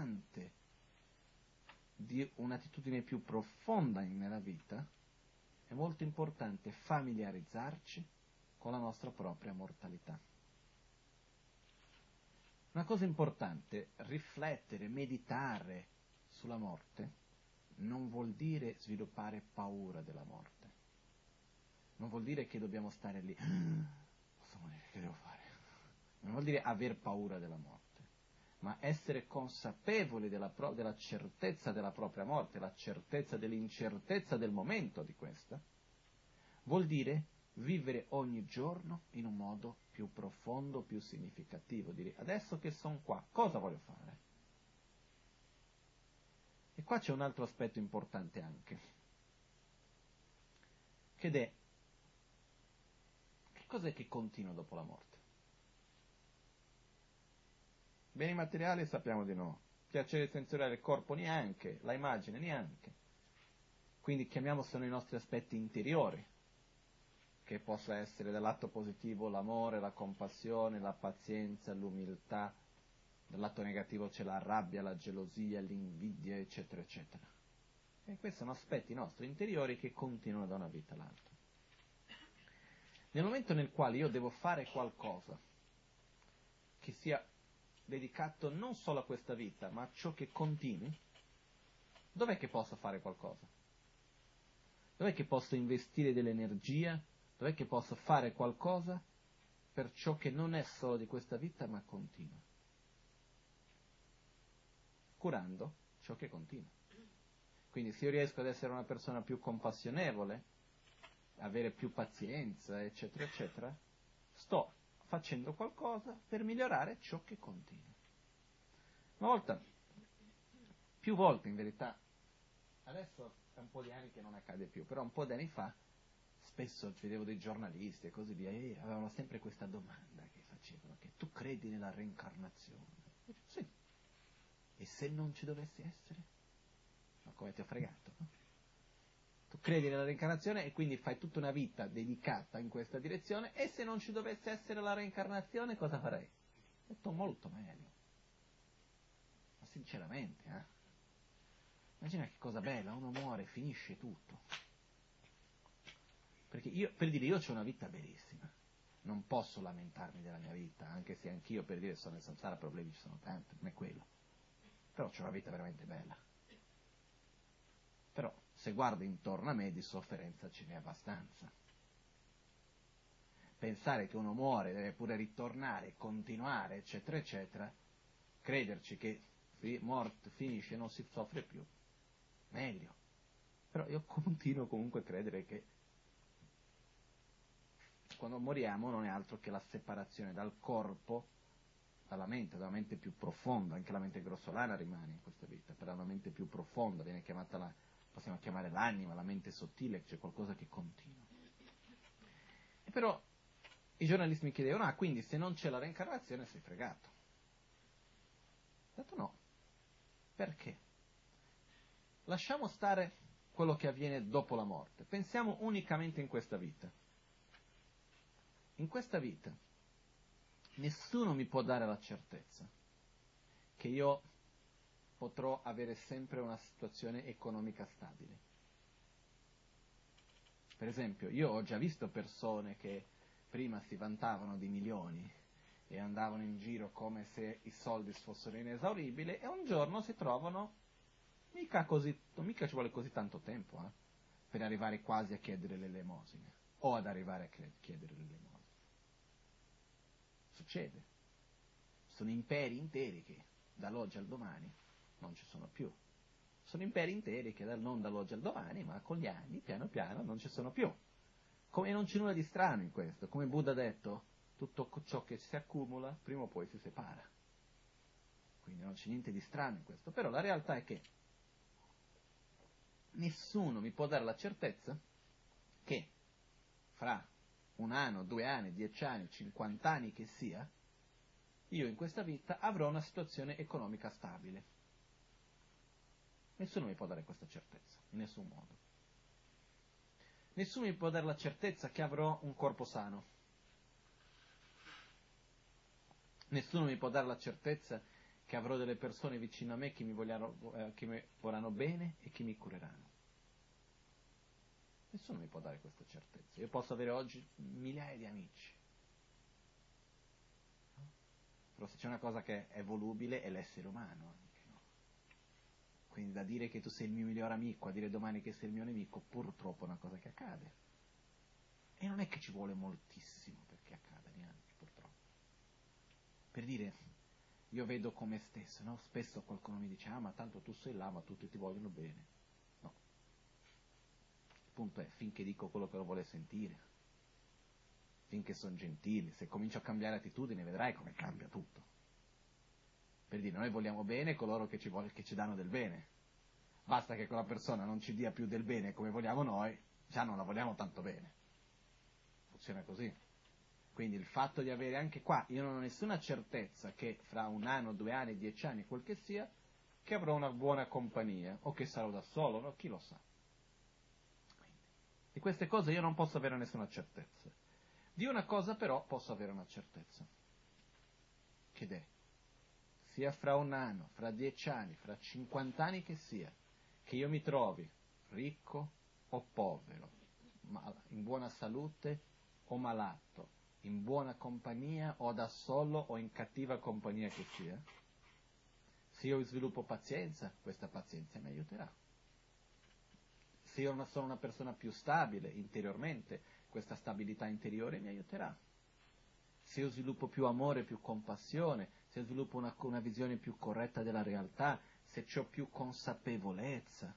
costante di un'attitudine più profonda nella vita, è molto importante familiarizzarci con la nostra propria mortalità. Una cosa importante, riflettere, meditare sulla morte, non vuol dire sviluppare paura della morte. Non vuol dire che dobbiamo stare lì, posso morire, che devo fare? Non vuol dire aver paura della morte, ma essere consapevoli della certezza della propria morte, la certezza dell'incertezza del momento di questa, vuol dire vivere ogni giorno in un modo più profondo, più significativo. Dire, adesso che sono qua, cosa voglio fare? E qua c'è un altro aspetto importante anche, ed è, che cos'è che continua dopo la morte? Beni materiali sappiamo di no, piacere sensoriale del corpo neanche, la immagine neanche. Quindi chiamiamo sono i nostri aspetti interiori, che possa essere dall'atto positivo l'amore, la compassione, la pazienza, l'umiltà, dal lato negativo c'è la rabbia, la gelosia, l'invidia, eccetera, eccetera. E questi sono aspetti nostri interiori che continuano da una vita all'altra. Nel momento nel quale io devo fare qualcosa che sia dedicato non solo a questa vita, ma a ciò che continui, dov'è che posso fare qualcosa? Dov'è che posso investire dell'energia? Dov'è che posso fare qualcosa per ciò che non è solo di questa vita, ma continua? Curando ciò che continua. Quindi se io riesco ad essere una persona più compassionevole, avere più pazienza, eccetera, eccetera, sto facendo qualcosa per migliorare ciò che continua. Una volta, più volte in verità, adesso è un po' di anni che non accade più, però un po' di anni fa, spesso vedevo dei giornalisti e così via, e avevano sempre questa domanda che facevano, che tu credi nella reincarnazione? E dico, sì. E se non ci dovesse essere? Ma come ti ho fregato, no? Tu credi nella reincarnazione e quindi fai tutta una vita dedicata in questa direzione, e se non ci dovesse essere la reincarnazione cosa farei? Ho detto molto meglio. Ma sinceramente, immagina che cosa bella, uno muore, finisce tutto. Perché io, per dire, io ho una vita bellissima, non posso lamentarmi della mia vita, anche se anch'io, per dire, sono nel samsara, problemi ci sono tanti, non è quello. Però ho una vita veramente bella. Però, se guardo intorno a me, di sofferenza ce n'è abbastanza. Pensare che uno muore, deve pure ritornare, continuare, eccetera, eccetera, crederci che morto finisce e non si soffre più, meglio. Però io continuo comunque a credere che quando moriamo non è altro che la separazione dal corpo, dalla mente più profonda. Anche la mente grossolana rimane in questa vita, però una mente più profonda, viene chiamata possiamo chiamare l'anima, la mente sottile, c'è qualcosa che continua. E però i giornalisti mi chiedevano, quindi se non c'è la reincarnazione sei fregato. Ho detto no. Perché? Lasciamo stare quello che avviene dopo la morte. Pensiamo unicamente in questa vita. In questa vita nessuno mi può dare la certezza che io potrò avere sempre una situazione economica stabile. Per esempio, io ho già visto persone che prima si vantavano di milioni e andavano in giro come se i soldi fossero inesauribili, e un giorno si trovano, mica ci vuole così tanto tempo per arrivare quasi a chiedere l'elemosina, o ad arrivare a chiedere l'elemosina. Succede. Sono imperi interi che dall'oggi al domani non ci sono più. Sono imperi interi che non dall'oggi al domani, ma con gli anni, piano piano, non ci sono più. E non c'è nulla di strano in questo. Come Buddha ha detto, tutto ciò che si accumula, prima o poi si separa. Quindi non c'è niente di strano in questo. Però la realtà è che nessuno mi può dare la certezza che fra 1 anno, 2 anni, 10 anni, 50 anni che sia, io in questa vita avrò una situazione economica stabile. Nessuno mi può dare questa certezza, in nessun modo. Nessuno mi può dare la certezza che avrò un corpo sano. Nessuno mi può dare la certezza che avrò delle persone vicino a me che mi vorranno bene e che mi cureranno. Nessuno mi può dare questa certezza. Io posso avere oggi migliaia di amici, no? Però se c'è una cosa che è volubile è l'essere umano anche, no? Quindi da dire che tu sei il mio migliore amico a dire domani che sei il mio nemico, purtroppo è una cosa che accade. E non è che ci vuole moltissimo perché accada, neanche, purtroppo. Per dire, io vedo con me stesso, no? Spesso qualcuno mi dice, ma tanto tu sei là, ma tutti ti vogliono bene. No. Il punto è, finché dico quello che lo vuole sentire, finché sono gentile, se comincio a cambiare attitudine, vedrai come cambia tutto. Per dire, noi vogliamo bene coloro che ci danno del bene. Basta che quella persona non ci dia più del bene come vogliamo noi, già non la vogliamo tanto bene. Funziona così. Quindi il fatto di avere anche qua, io non ho nessuna certezza che fra 1 anno, 2 anni, 10 anni, quel che sia, che avrò una buona compagnia, o che sarò da solo, no? Chi lo sa. Quindi, di queste cose io non posso avere nessuna certezza. Di una cosa però posso avere una certezza, che è, sia fra 1 anno, fra 10 anni, fra 50 anni che sia, che io mi trovi ricco o povero, in buona salute o malato, in buona compagnia o da solo o in cattiva compagnia che sia, se io sviluppo pazienza, questa pazienza mi aiuterà. Se io sono una persona più stabile interiormente, questa stabilità interiore mi aiuterà. Se io sviluppo più amore, più compassione, se io sviluppo una visione più corretta della realtà, se ho più consapevolezza,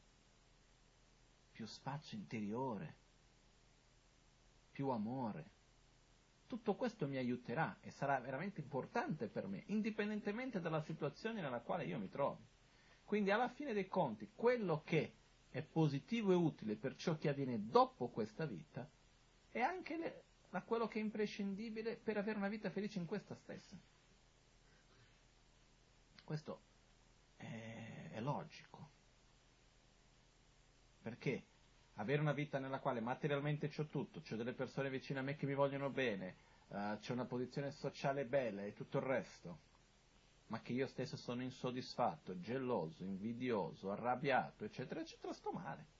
più spazio interiore, più amore, tutto questo mi aiuterà e sarà veramente importante per me, indipendentemente dalla situazione nella quale io mi trovi. Quindi alla fine dei conti, quello che è positivo e utile per ciò che avviene dopo questa vita è anche quello che è imprescindibile per avere una vita felice in questa stessa. Questo è logico. Perché avere una vita nella quale materialmente c'ho tutto, c'ho delle persone vicine a me che mi vogliono bene, c'ho una posizione sociale bella e tutto il resto, ma che io stesso sono insoddisfatto, geloso, invidioso, arrabbiato, eccetera, eccetera, sto male.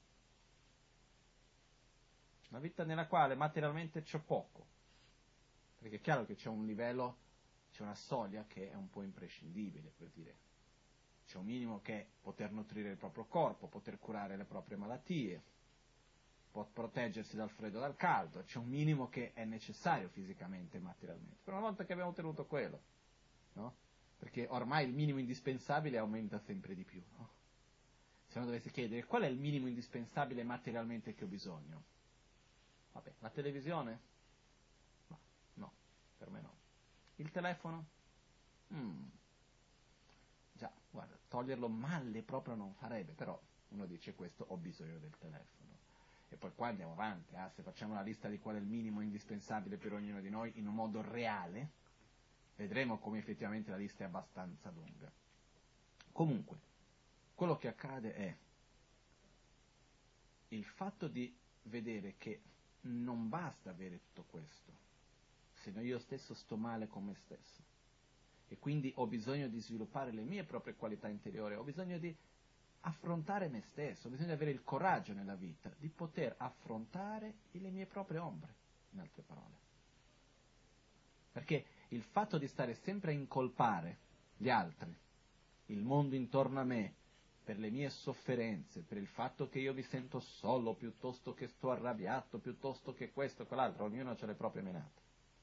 Una vita nella quale materialmente c'ho poco, perché è chiaro che c'è un livello, c'è una soglia che è un po' imprescindibile, per dire. C'è un minimo che è poter nutrire il proprio corpo, poter curare le proprie malattie, proteggersi dal freddo e dal caldo, c'è un minimo che è necessario fisicamente e materialmente. Per una volta che abbiamo ottenuto quello, no? Perché ormai il minimo indispensabile aumenta sempre di più, no? Se uno dovesse chiedere qual è il minimo indispensabile materialmente che ho bisogno? Vabbè, la televisione? No, per me no. Il telefono? Già, guarda, toglierlo male proprio non farebbe, però uno dice questo, ho bisogno del telefono. E poi qua andiamo avanti, se facciamo una lista di qual è il minimo indispensabile per ognuno di noi in un modo reale, vedremo come effettivamente la lista è abbastanza lunga. Comunque, quello che accade è il fatto di vedere che non basta avere tutto questo, se no io stesso sto male con me stesso. E quindi ho bisogno di sviluppare le mie proprie qualità interiori, ho bisogno di affrontare me stesso, ho bisogno di avere il coraggio nella vita, di poter affrontare le mie proprie ombre, in altre parole. Perché il fatto di stare sempre a incolpare gli altri, il mondo intorno a me, per le mie sofferenze, per il fatto che io mi sento solo, piuttosto che sto arrabbiato, piuttosto che questo o quell'altro, ognuno ha le proprie menate,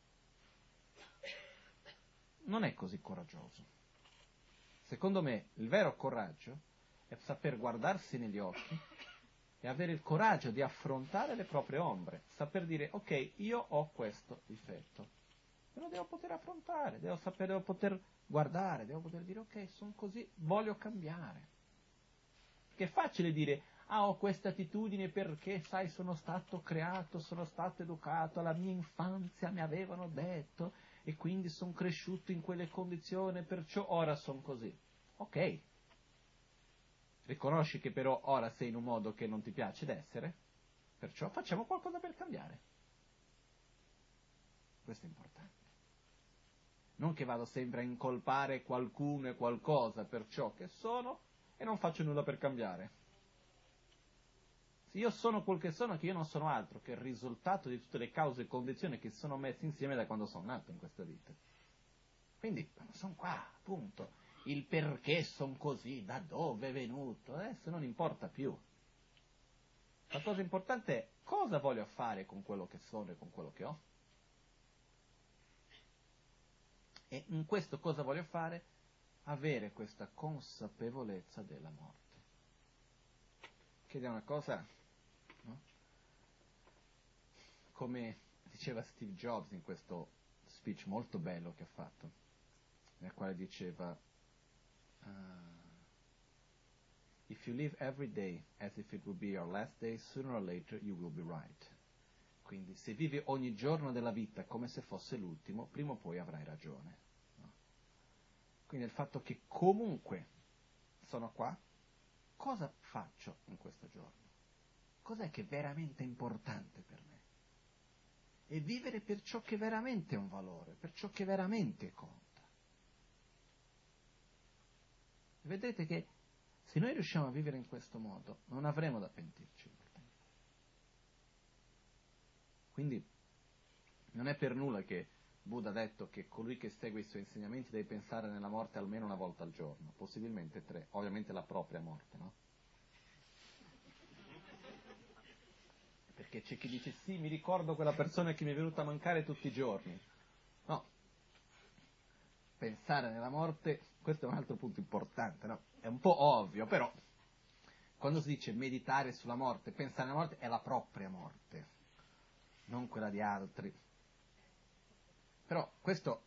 non è così coraggioso. Secondo me il vero coraggio è saper guardarsi negli occhi e avere il coraggio di affrontare le proprie ombre, saper dire ok, io ho questo difetto, me lo devo poter affrontare, devo poter guardare, devo poter dire ok, sono così, voglio cambiare. Che è facile dire ho questa attitudine perché sai sono stato creato, sono stato educato, alla mia infanzia mi avevano detto e quindi sono cresciuto in quelle condizioni, perciò ora sono così. Ok, riconosci che però ora sei in un modo che non ti piace d'essere, perciò facciamo qualcosa per cambiare. Questo è importante. Non che vado sempre a incolpare qualcuno e qualcosa per ciò che sono e non faccio nulla per cambiare. io sono quel che sono, che io non sono altro che il risultato di tutte le cause e condizioni che sono messe insieme da quando sono nato in questa vita. Quindi sono qua, appunto. Il perché sono così, da dove è venuto, adesso non importa più. La cosa importante è cosa voglio fare con quello che sono e con quello che ho. E in questo cosa voglio fare? Avere questa consapevolezza della morte. Che è una cosa, no? Come diceva Steve Jobs in questo speech molto bello che ha fatto, nel quale diceva if you live every day as if it would be your last day, sooner or later you will be right. Quindi se vivi ogni giorno della vita come se fosse l'ultimo, prima o poi avrai ragione. No? Quindi il fatto che comunque sono qua, cosa faccio in questo giorno? Cos'è che è veramente importante per me? E vivere per ciò che veramente è un valore, per ciò che veramente conta. Vedete che se noi riusciamo a vivere in questo modo, non avremo da pentirci. Quindi non è per nulla che Buddha ha detto che colui che segue i suoi insegnamenti deve pensare nella morte almeno una volta al giorno, possibilmente 3, ovviamente la propria morte, no? Perché c'è chi dice sì, mi ricordo quella persona che mi è venuta a mancare tutti i giorni. No, pensare nella morte, questo è un altro punto importante, no? È un po' ovvio, però quando si dice meditare sulla morte, pensare alla morte è la propria morte, non quella di altri. Però questo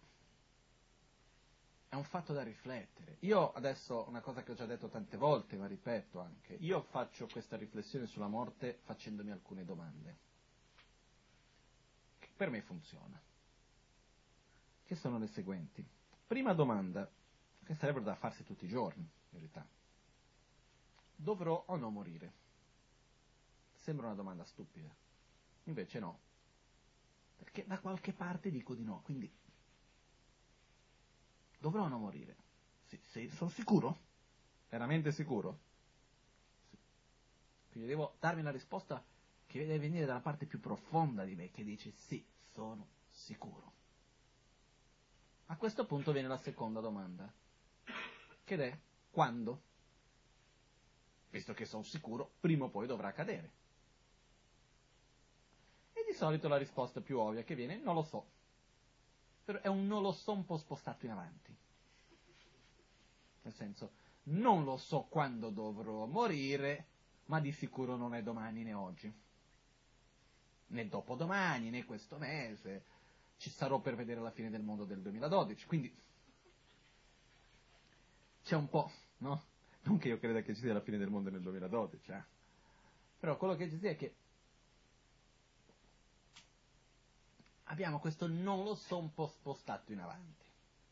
è un fatto da riflettere. Io adesso, una cosa che ho già detto tante volte, ma ripeto anche, io faccio questa riflessione sulla morte facendomi alcune domande, che per me funziona, che sono le seguenti. Prima domanda, che sarebbero da farsi tutti i giorni, in verità. Dovrò o no morire? Sembra una domanda stupida. Invece no. Perché da qualche parte dico di no, quindi dovrò o no morire? Sì, sono sicuro? Veramente sicuro? Sì. Quindi devo darmi una risposta che deve venire dalla parte più profonda di me, che dice sì, sono sicuro. A questo punto viene la seconda domanda, che è quando? Visto che sono sicuro, prima o poi dovrà accadere. E di solito la risposta più ovvia che viene, non lo so. Però è un non lo so un po' spostato in avanti. Nel senso, non lo so quando dovrò morire, ma di sicuro non è domani né oggi. Né dopodomani, né questo mese. Ci sarò per vedere la fine del mondo del 2012. Quindi c'è un po', no? Non che io creda che ci sia la fine del mondo nel 2012, eh? Però quello che ci sia è che abbiamo questo non lo so un po' spostato in avanti.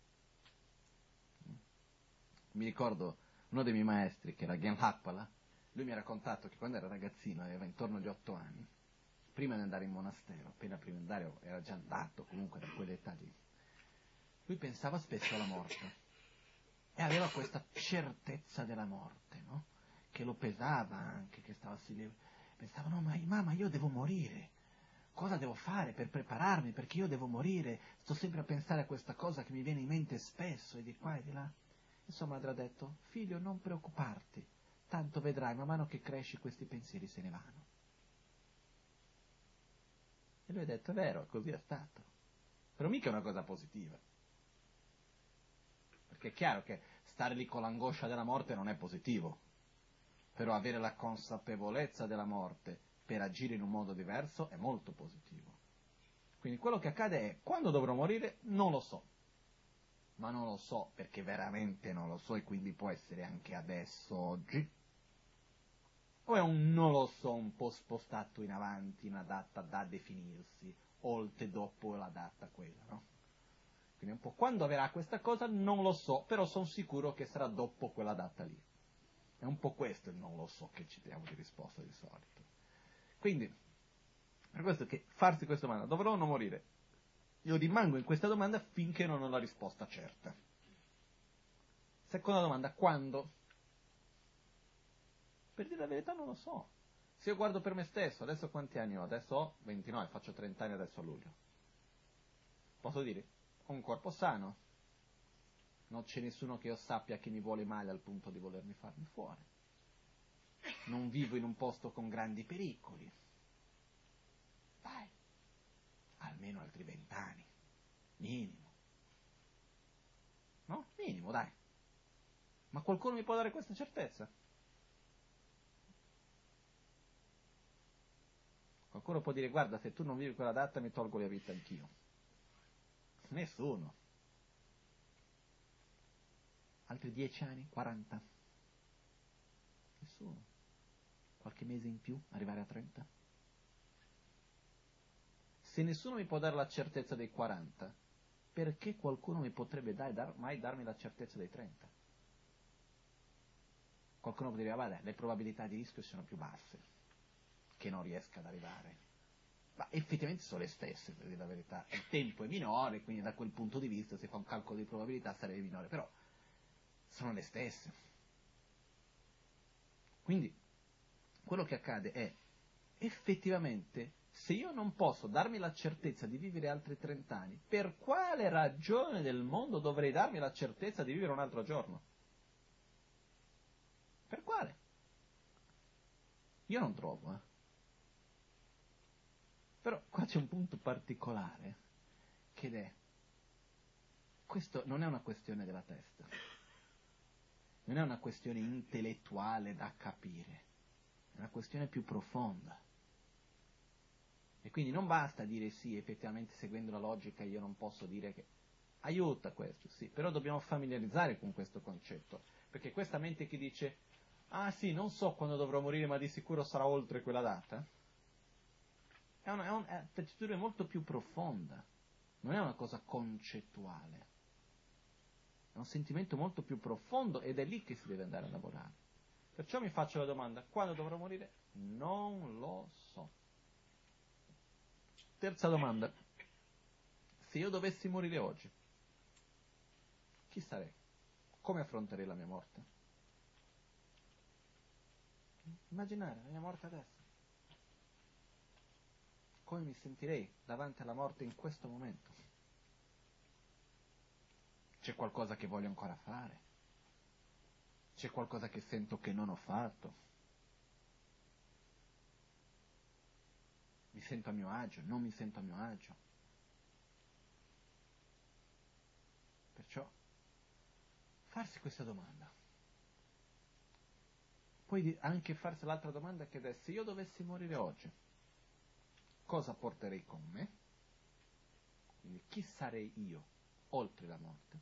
Mi ricordo uno dei miei maestri, che era Gen Hakpala, lui mi ha raccontato che quando era ragazzino, aveva intorno agli 8 anni, prima di andare in monastero, appena prima di andare, era già andato comunque da quell'età lì, lui pensava spesso alla morte e aveva questa certezza della morte, no? Che lo pesava anche, che stava lì, pensava no, ma mamma, io devo morire, cosa devo fare per prepararmi, perché io devo morire, sto sempre a pensare a questa cosa che mi viene in mente spesso e di qua e di là. E sua madre ha detto, figlio, non preoccuparti, tanto vedrai, man mano che cresci questi pensieri se ne vanno. E lui ha detto, è vero, così è stato. Però mica è una cosa positiva. Perché è chiaro che stare lì con l'angoscia della morte non è positivo. Però avere la consapevolezza della morte per agire in un modo diverso è molto positivo. Quindi quello che accade è, quando dovrò morire, non lo so. Ma non lo so perché veramente non lo so e quindi può essere anche adesso, oggi. O è un non lo so un po' spostato in avanti, una data da definirsi, oltre dopo la data quella, no? Quindi un po' quando avverrà questa cosa non lo so, però sono sicuro che sarà dopo quella data lì. È un po' questo il non lo so che ci diamo di risposta di solito. Quindi, per questo che farsi questa domanda, dovrò o non morire? Io rimango in questa domanda finché non ho la risposta certa. Seconda domanda, quando? Per dire la verità non lo so. Se io guardo per me stesso, adesso quanti anni ho? Adesso ho 29, faccio 30 anni adesso a luglio. Posso dire, ho un corpo sano, non c'è nessuno che io sappia che mi vuole male al punto di volermi farmi fuori. Non vivo in un posto con grandi pericoli. Dai, almeno altri 20 anni, minimo. No? Minimo, dai. Ma qualcuno mi può dare questa certezza? Qualcuno può dire, guarda, se tu non vivi quella data mi tolgo la vita anch'io. Nessuno. Altri 10 anni? 40? Nessuno. Qualche mese in più? Arrivare a 30? Se nessuno mi può dare la certezza dei 40, perché qualcuno mi potrebbe mai darmi la certezza dei 30? Qualcuno può dire, vabbè, le probabilità di rischio sono più basse, che non riesca ad arrivare. Ma effettivamente sono le stesse, per dire la verità. Il tempo è minore, quindi da quel punto di vista, se fa un calcolo di probabilità, sarebbe minore, però sono le stesse. Quindi, quello che accade è, effettivamente, se io non posso darmi la certezza di vivere altri 30 anni, per quale ragione del mondo dovrei darmi la certezza di vivere un altro giorno? Per quale? Io non trovo, Però qua c'è un punto particolare, che è, questo non è una questione della testa, non è una questione intellettuale da capire, è una questione più profonda. E quindi non basta dire sì, effettivamente seguendo la logica io non posso dire che aiuta questo, sì, però dobbiamo familiarizzare con questo concetto, perché questa mente che dice, ah sì, non so quando dovrò morire, ma di sicuro sarà oltre quella data, è un'attitudine molto più profonda, non è una cosa concettuale, è un sentimento molto più profondo ed è lì che si deve andare a lavorare. Perciò mi faccio la domanda, quando dovrò morire? Non lo so. Terza domanda, se io dovessi morire oggi, chi sarei? Come affronterei la mia morte? Immaginare la mia morte adesso. Come mi sentirei davanti alla morte in questo momento? C'è qualcosa che voglio ancora fare? C'è qualcosa che sento che non ho fatto? Mi sento a mio agio? Non mi sento a mio agio? Perciò, farsi questa domanda. Poi anche farsi l'altra domanda che è, se io dovessi morire oggi, cosa porterei con me? Quindi chi sarei io oltre la morte?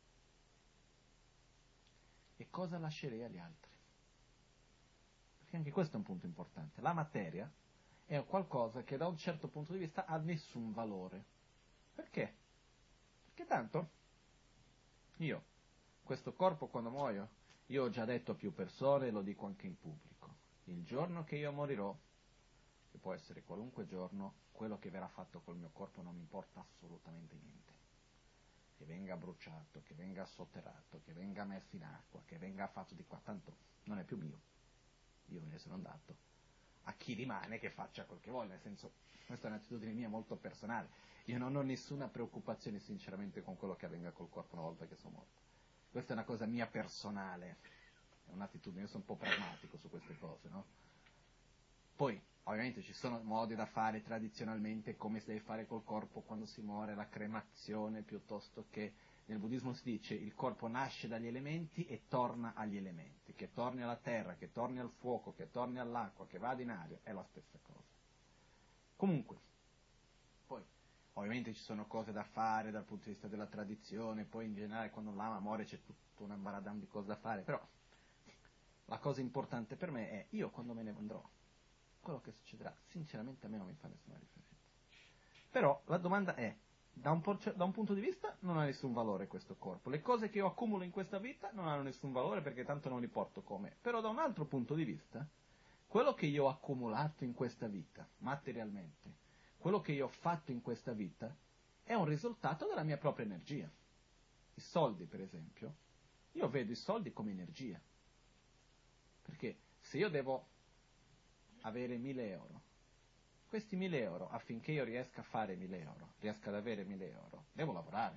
E cosa lascerei agli altri? Perché anche questo è un punto importante. La materia è qualcosa che da un certo punto di vista ha nessun valore. Perché? Perché tanto io, questo corpo quando muoio, io ho già detto a più persone, lo dico anche in pubblico, il giorno che io morirò, che può essere qualunque giorno, quello che verrà fatto col mio corpo non mi importa assolutamente niente. Che venga bruciato, che venga sotterrato, che venga messo in acqua, che venga fatto di qua, tanto non è più mio, io me ne sono andato. A chi rimane che faccia quel che vuole, nel senso, questa è un'attitudine mia molto personale, io non ho nessuna preoccupazione sinceramente con quello che avvenga col corpo una volta che sono morto. Questa è una cosa mia personale, è un'attitudine, io sono un po' pragmatico su queste cose, no? Poi, ovviamente ci sono modi da fare tradizionalmente, come si deve fare col corpo quando si muore, la cremazione, piuttosto che nel buddismo si dice il corpo nasce dagli elementi e torna agli elementi, che torni alla terra, che torni al fuoco, che torni all'acqua, che vada in aria, è la stessa cosa. Comunque, poi, ovviamente ci sono cose da fare dal punto di vista della tradizione, poi in generale quando un lama muore c'è tutto un ambaradam di cose da fare, però la cosa importante per me è io quando me ne andrò, quello che succederà, sinceramente a me non mi fa nessuna differenza. Però la domanda è, da un punto di vista non ha nessun valore questo corpo, le cose che io accumulo in questa vita non hanno nessun valore perché tanto non li porto con me, però da un altro punto di vista, quello che io ho accumulato in questa vita, materialmente, quello che io ho fatto in questa vita, è un risultato della mia propria energia. I soldi, per esempio, io vedo i soldi come energia, perché se io devo avere 1.000 euro. Questi 1.000 euro, affinché io riesca a fare 1.000 euro, riesca ad avere 1.000 euro, devo lavorare.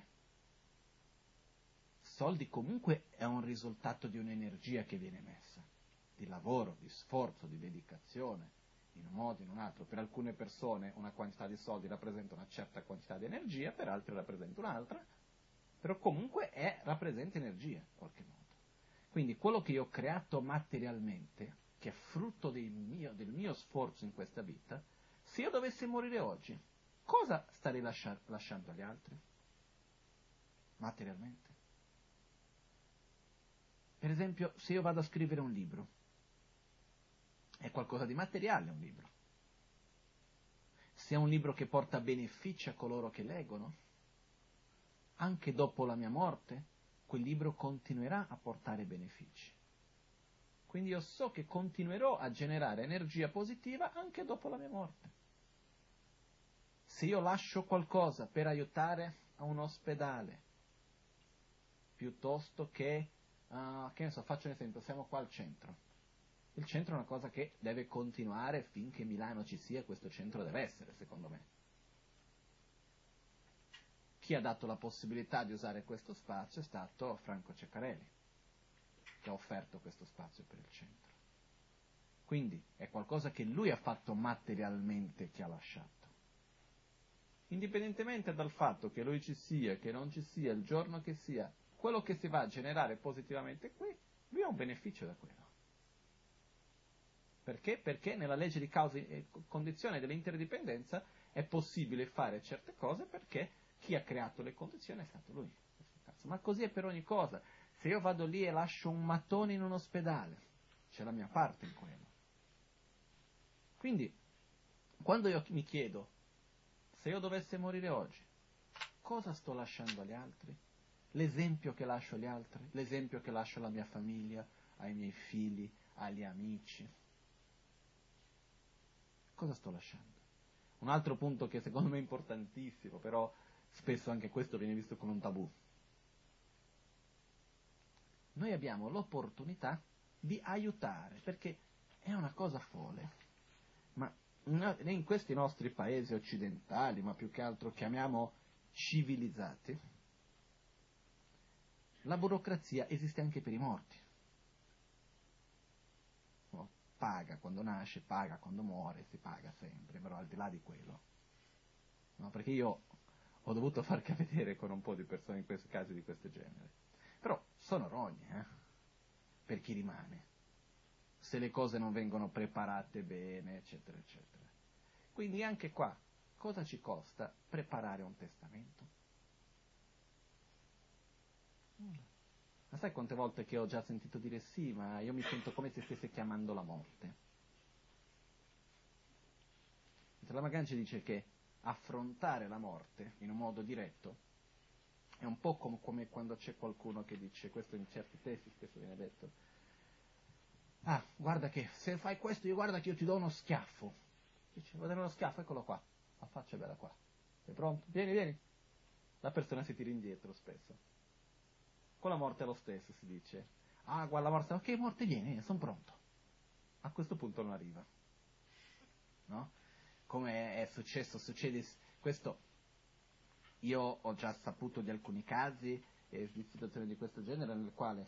Soldi comunque è un risultato di un'energia che viene messa, di lavoro, di sforzo, di dedicazione, in un modo o in un altro. Per alcune persone una quantità di soldi rappresenta una certa quantità di energia, per altre rappresenta un'altra, però comunque rappresenta energia in qualche modo. Quindi quello che io ho creato materialmente, che è frutto del mio sforzo in questa vita, se io dovessi morire oggi, cosa starei lasciando agli altri? Materialmente. Per esempio, se io vado a scrivere un libro, è qualcosa di materiale un libro. Se è un libro che porta benefici a coloro che leggono, anche dopo la mia morte, quel libro continuerà a portare benefici. Quindi io so che continuerò a generare energia positiva anche dopo la mia morte. Se io lascio qualcosa per aiutare a un ospedale, piuttosto che ne so, faccio un esempio, siamo qua al centro. Il centro è una cosa che deve continuare finché Milano ci sia, questo centro deve essere, secondo me. Chi ha dato la possibilità di usare questo spazio è stato Franco Ceccarelli, che ha offerto questo spazio per il centro. Quindi è qualcosa che lui ha fatto materialmente, che ha lasciato. Indipendentemente dal fatto che lui ci sia, che non ci sia, il giorno che sia, quello che si va a generare positivamente qui, lui ha un beneficio da quello. Perché? Perché nella legge di causa e condizione dell'interdipendenza è possibile fare certe cose perché chi ha creato le condizioni è stato lui. In questo caso. Ma così è per ogni cosa. Se io vado lì e lascio un mattone in un ospedale, c'è la mia parte in quello. Quindi, quando io mi chiedo, se io dovessi morire oggi, cosa sto lasciando agli altri? L'esempio che lascio agli altri? L'esempio che lascio alla mia famiglia, ai miei figli, agli amici? Cosa sto lasciando? Un altro punto che secondo me è importantissimo, però spesso anche questo viene visto come un tabù. Noi abbiamo l'opportunità di aiutare, perché è una cosa folle, ma in questi nostri paesi occidentali, ma più che altro chiamiamo civilizzati, la burocrazia esiste anche per i morti. Paga quando nasce, paga quando muore, si paga sempre, però al di là di quello. No, perché io ho dovuto far vedere con un po' di persone in questi casi di questo genere. Però sono rogne, per chi rimane, se le cose non vengono preparate bene, eccetera, eccetera. Quindi anche qua, cosa ci costa preparare un testamento? Ma sai quante volte che ho già sentito dire sì, ma io mi sento come se stesse chiamando la morte. La Ganci dice che affrontare la morte in un modo diretto è un po' come quando c'è qualcuno che dice, questo in certi testi spesso viene detto, guarda che se fai questo, guarda che io ti do uno schiaffo. Dice, vuoi dare uno schiaffo? Eccolo qua, la faccia è bella qua. Sei pronto? Vieni, vieni. La persona si tira indietro spesso. Con la morte è lo stesso, si dice. Guarda la morte, ok, morte, vieni, sono pronto. A questo punto non arriva. No? Come è successo, succede questo. Io ho già saputo di alcuni casi e di situazioni di questo genere nel quale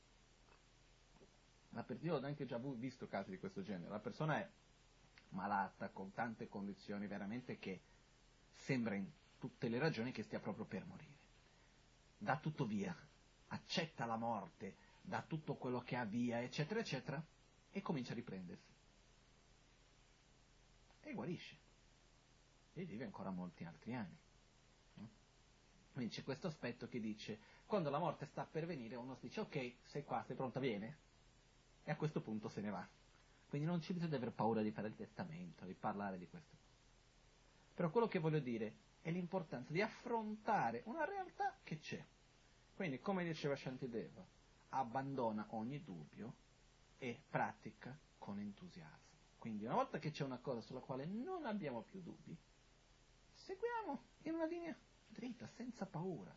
io ho anche già visto casi di questo genere. La persona è malata, con tante condizioni veramente che sembra in tutte le ragioni che stia proprio per morire. Dà tutto via, accetta la morte, dà tutto quello che ha via, eccetera, eccetera, e comincia a riprendersi. E guarisce. E vive ancora molti altri anni. Quindi c'è questo aspetto che dice, quando la morte sta per venire, uno si dice, ok, sei qua, sei pronta, viene. E a questo punto se ne va. Quindi non ci bisogna avere paura di fare il testamento, di parlare di questo. Però quello che voglio dire è l'importanza di affrontare una realtà che c'è. Quindi, come diceva Shantideva, abbandona ogni dubbio e pratica con entusiasmo. Quindi, una volta che c'è una cosa sulla quale non abbiamo più dubbi, seguiamo in una linea dritta, senza paura.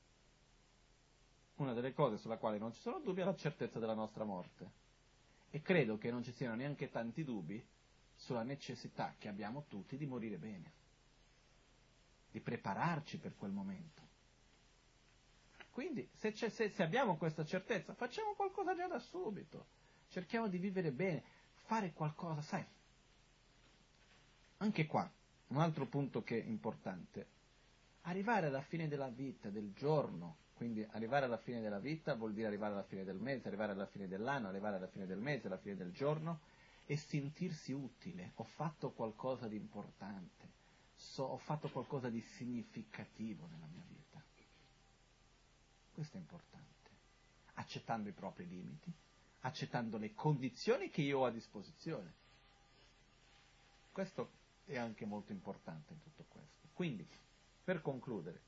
Una delle cose sulla quale non ci sono dubbi è la certezza della nostra morte. E credo che non ci siano neanche tanti dubbi sulla necessità che abbiamo tutti di morire bene, di prepararci per quel momento. Quindi se abbiamo questa certezza, facciamo qualcosa già da subito, cerchiamo di vivere bene, fare qualcosa, sai. Anche qua, un altro punto che è importante, arrivare alla fine della vita, del giorno, quindi arrivare alla fine della vita vuol dire arrivare alla fine del mese, arrivare alla fine dell'anno, arrivare alla fine del mese, alla fine del giorno, e sentirsi utile. Ho fatto qualcosa di importante, ho fatto qualcosa di significativo nella mia vita. Questo è importante. Accettando i propri limiti, accettando le condizioni che io ho a disposizione. Questo è anche molto importante in tutto questo. Quindi, per concludere,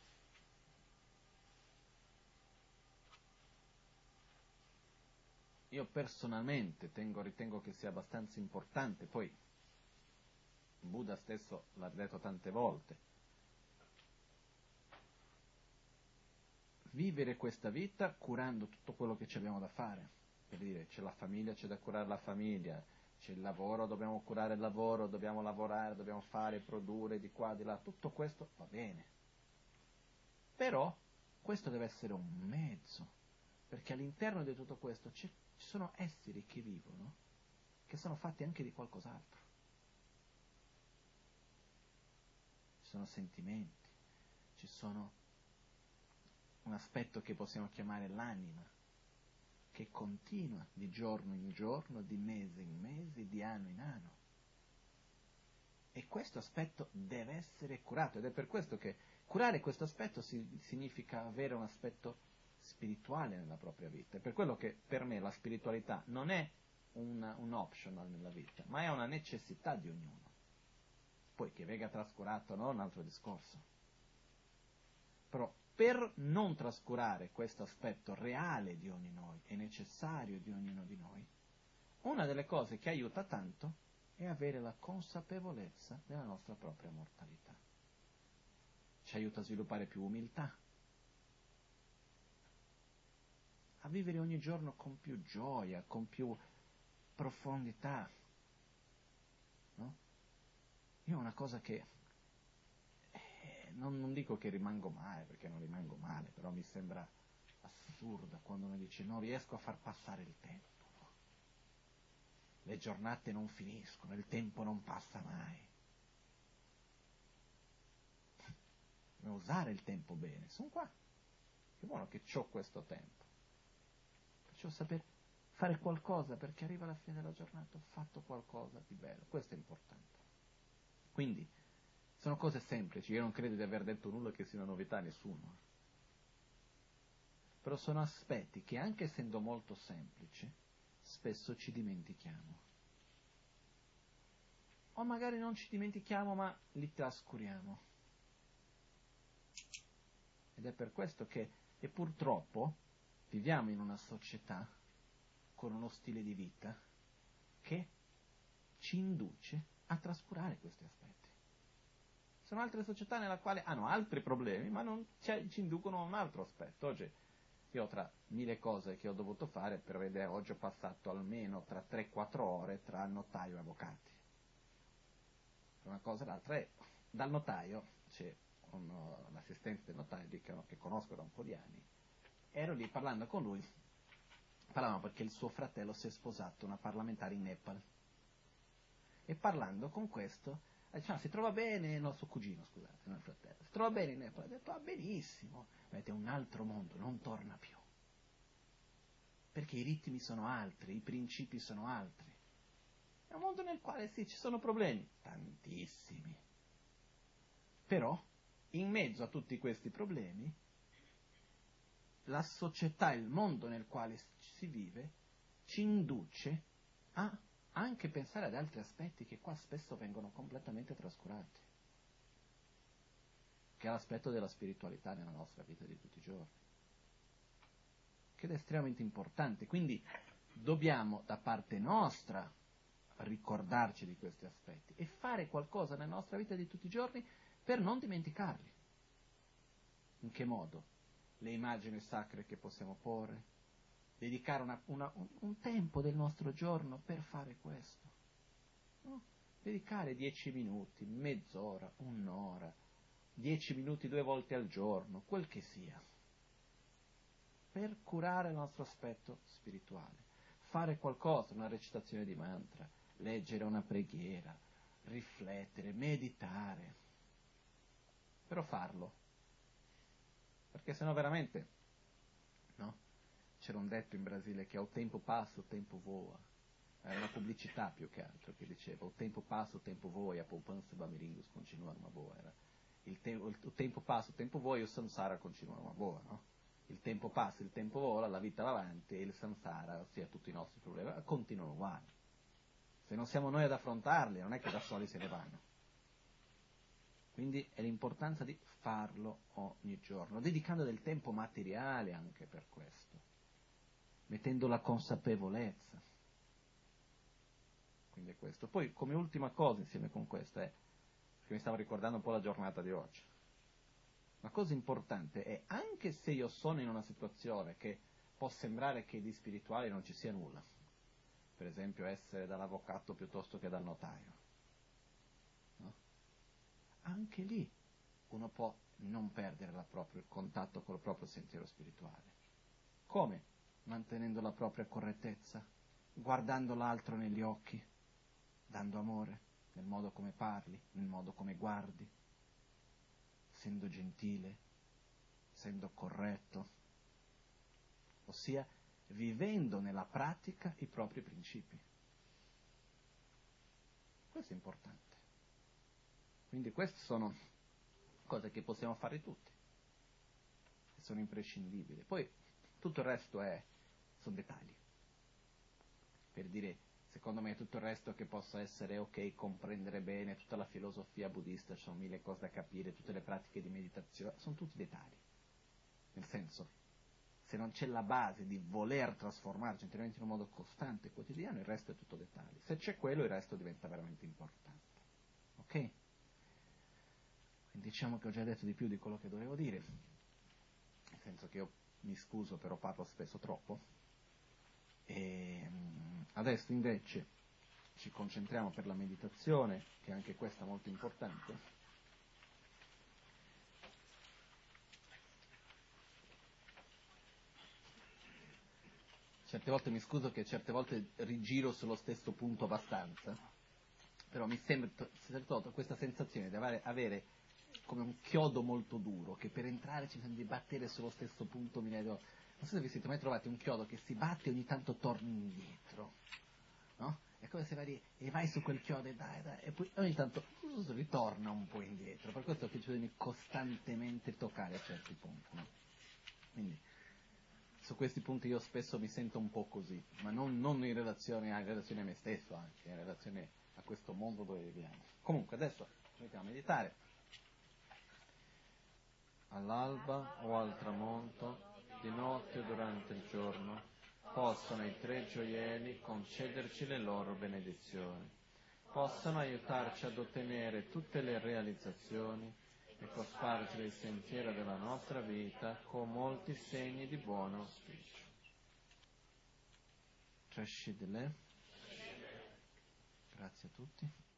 io personalmente ritengo che sia abbastanza importante, poi Buddha stesso l'ha detto tante volte, vivere questa vita curando tutto quello che ci abbiamo da fare. Per dire, c'è la famiglia, c'è da curare la famiglia, c'è il lavoro, dobbiamo curare il lavoro, dobbiamo lavorare, dobbiamo fare, produrre di qua, di là, tutto questo va bene. Però questo deve essere un mezzo, perché all'interno di tutto questo ci sono esseri che vivono, che sono fatti anche di qualcos'altro. Ci sono sentimenti, ci sono un aspetto che possiamo chiamare l'anima, che continua di giorno in giorno, di mese in mese, di anno in anno. E questo aspetto deve essere curato, ed è per questo che curare questo aspetto significa avere un aspetto spirituale nella propria vita. È per quello che per me la spiritualità non è un optional nella vita, ma è una necessità di ognuno. Poi che venga trascurato o no è un altro discorso. Però per non trascurare questo aspetto reale di ognuno di noi e necessario di ognuno di noi, una delle cose che aiuta tanto è avere la consapevolezza della nostra propria mortalità. Ci aiuta a sviluppare più umiltà, a vivere ogni giorno con più gioia, con più profondità. No? Io ho una cosa che non dico che rimango male, perché non rimango male, però mi sembra assurda quando uno dice non riesco a far passare il tempo. No? Le giornate non finiscono, il tempo non passa mai. Devo usare il tempo bene, sono qua. Che buono che ho questo tempo. Perciò saper fare qualcosa, perché arriva alla fine della giornata, ho fatto qualcosa di bello. Questo è importante. Quindi, sono cose semplici, io non credo di aver detto nulla che sia una novità a nessuno. Però sono aspetti che, anche essendo molto semplici, spesso ci dimentichiamo. O magari non ci dimentichiamo, ma li trascuriamo. Ed è per questo che, e purtroppo, viviamo in una società con uno stile di vita che ci induce a trascurare questi aspetti. Sono altre società nella quale hanno altri problemi, ma non ci inducono a un altro aspetto. Oggi io tra 1000 cose che ho dovuto fare, per vedere, oggi ho passato almeno tra 3-4 ore tra notaio e avvocati. Una cosa e l'altra è, dal notaio, c'è l'assistente del notaio che conosco da un po' di anni, ero lì parlando con lui, parlavamo perché il suo fratello si è sposato una parlamentare in Nepal, e parlando con questo diciamo, si trova bene, no, suo cugino, scusate, non il fratello, si trova bene in Nepal, ha detto, benissimo, vedete, un altro mondo, non torna più, perché i ritmi sono altri, i principi sono altri, è un mondo nel quale sì, ci sono problemi, tantissimi, però in mezzo a tutti questi problemi la società, il mondo nel quale si vive ci induce a anche pensare ad altri aspetti che qua spesso vengono completamente trascurati, che è l'aspetto della spiritualità nella nostra vita di tutti i giorni, che è estremamente importante. Quindi dobbiamo da parte nostra ricordarci di questi aspetti e fare qualcosa nella nostra vita di tutti i giorni per non dimenticarli. In che modo? Le immagini sacre che possiamo porre, dedicare un tempo del nostro giorno per fare questo. No? Dedicare 10 minuti, mezz'ora, un'ora, 10 minuti 2 volte al giorno, quel che sia, per curare il nostro aspetto spirituale. Fare qualcosa, una recitazione di mantra, leggere una preghiera, riflettere, meditare, però farlo, perché sennò veramente, no? C'era un detto in Brasile che o tempo passa o tempo voa, era una pubblicità più che altro che diceva o tempo passa o tempo voa, a poupança bamiringus continua uma boa, era o tempo passa o tempo voa e o samsara continua uma boa, no? Il tempo passa, il tempo vola, la vita va avanti e il samsara, ossia tutti i nostri problemi, continuano uguali. Se non siamo noi ad affrontarli, non è che da soli se ne vanno. Quindi è l'importanza di farlo ogni giorno, dedicando del tempo materiale anche per questo, mettendo la consapevolezza. Quindi è questo. Poi, come ultima cosa insieme con questo, perché mi stavo ricordando un po' la giornata di oggi, una cosa importante è, anche se io sono in una situazione che può sembrare che di spirituale non ci sia nulla, per esempio essere dall'avvocato piuttosto che dal notaio, no? Anche lì uno può non perdere il contatto col proprio sentiero spirituale. Come? Mantenendo la propria correttezza, guardando l'altro negli occhi, dando amore nel modo come parli, nel modo come guardi, essendo gentile, essendo corretto, ossia vivendo nella pratica i propri principi. Questo è importante. Quindi queste sono cose che possiamo fare tutti, che sono imprescindibili. Poi tutto il resto sono dettagli. Per dire, secondo me tutto il resto che possa essere ok, comprendere bene, tutta la filosofia buddista, ci sono 1000 cose da capire, tutte le pratiche di meditazione, sono tutti dettagli. Nel senso, se non c'è la base di voler trasformarci interiormente in un modo costante e quotidiano, il resto è tutto dettagli. Se c'è quello, il resto diventa veramente importante. Ok? Quindi diciamo che ho già detto di più di quello che dovevo dire, nel senso che io mi scuso, però parlo spesso troppo. E adesso invece ci concentriamo per la meditazione, che anche questa è molto importante. Certe volte mi scuso che certe volte rigiro sullo stesso punto abbastanza, però mi sembra questa sensazione di avere come un chiodo molto duro, che per entrare ci bisogna di battere sullo stesso punto. Non so se vi siete mai trovati un chiodo che si batte e ogni tanto torna indietro, no? È come se vai su quel chiodo e poi ogni tanto ritorna un po' indietro, per questo che ci bisogna costantemente toccare a certi punti, no? Quindi su questi punti io spesso mi sento un po' così, ma non in relazione a me stesso, anche in relazione a questo mondo dove viviamo. Comunque adesso ci mettiamo a meditare. All'alba o al tramonto, di notte o durante il giorno, possano i tre gioielli concederci le loro benedizioni, possano aiutarci ad ottenere tutte le realizzazioni e cospargere il sentiero della nostra vita con molti segni di buon auspicio. Trascidile. Grazie a tutti.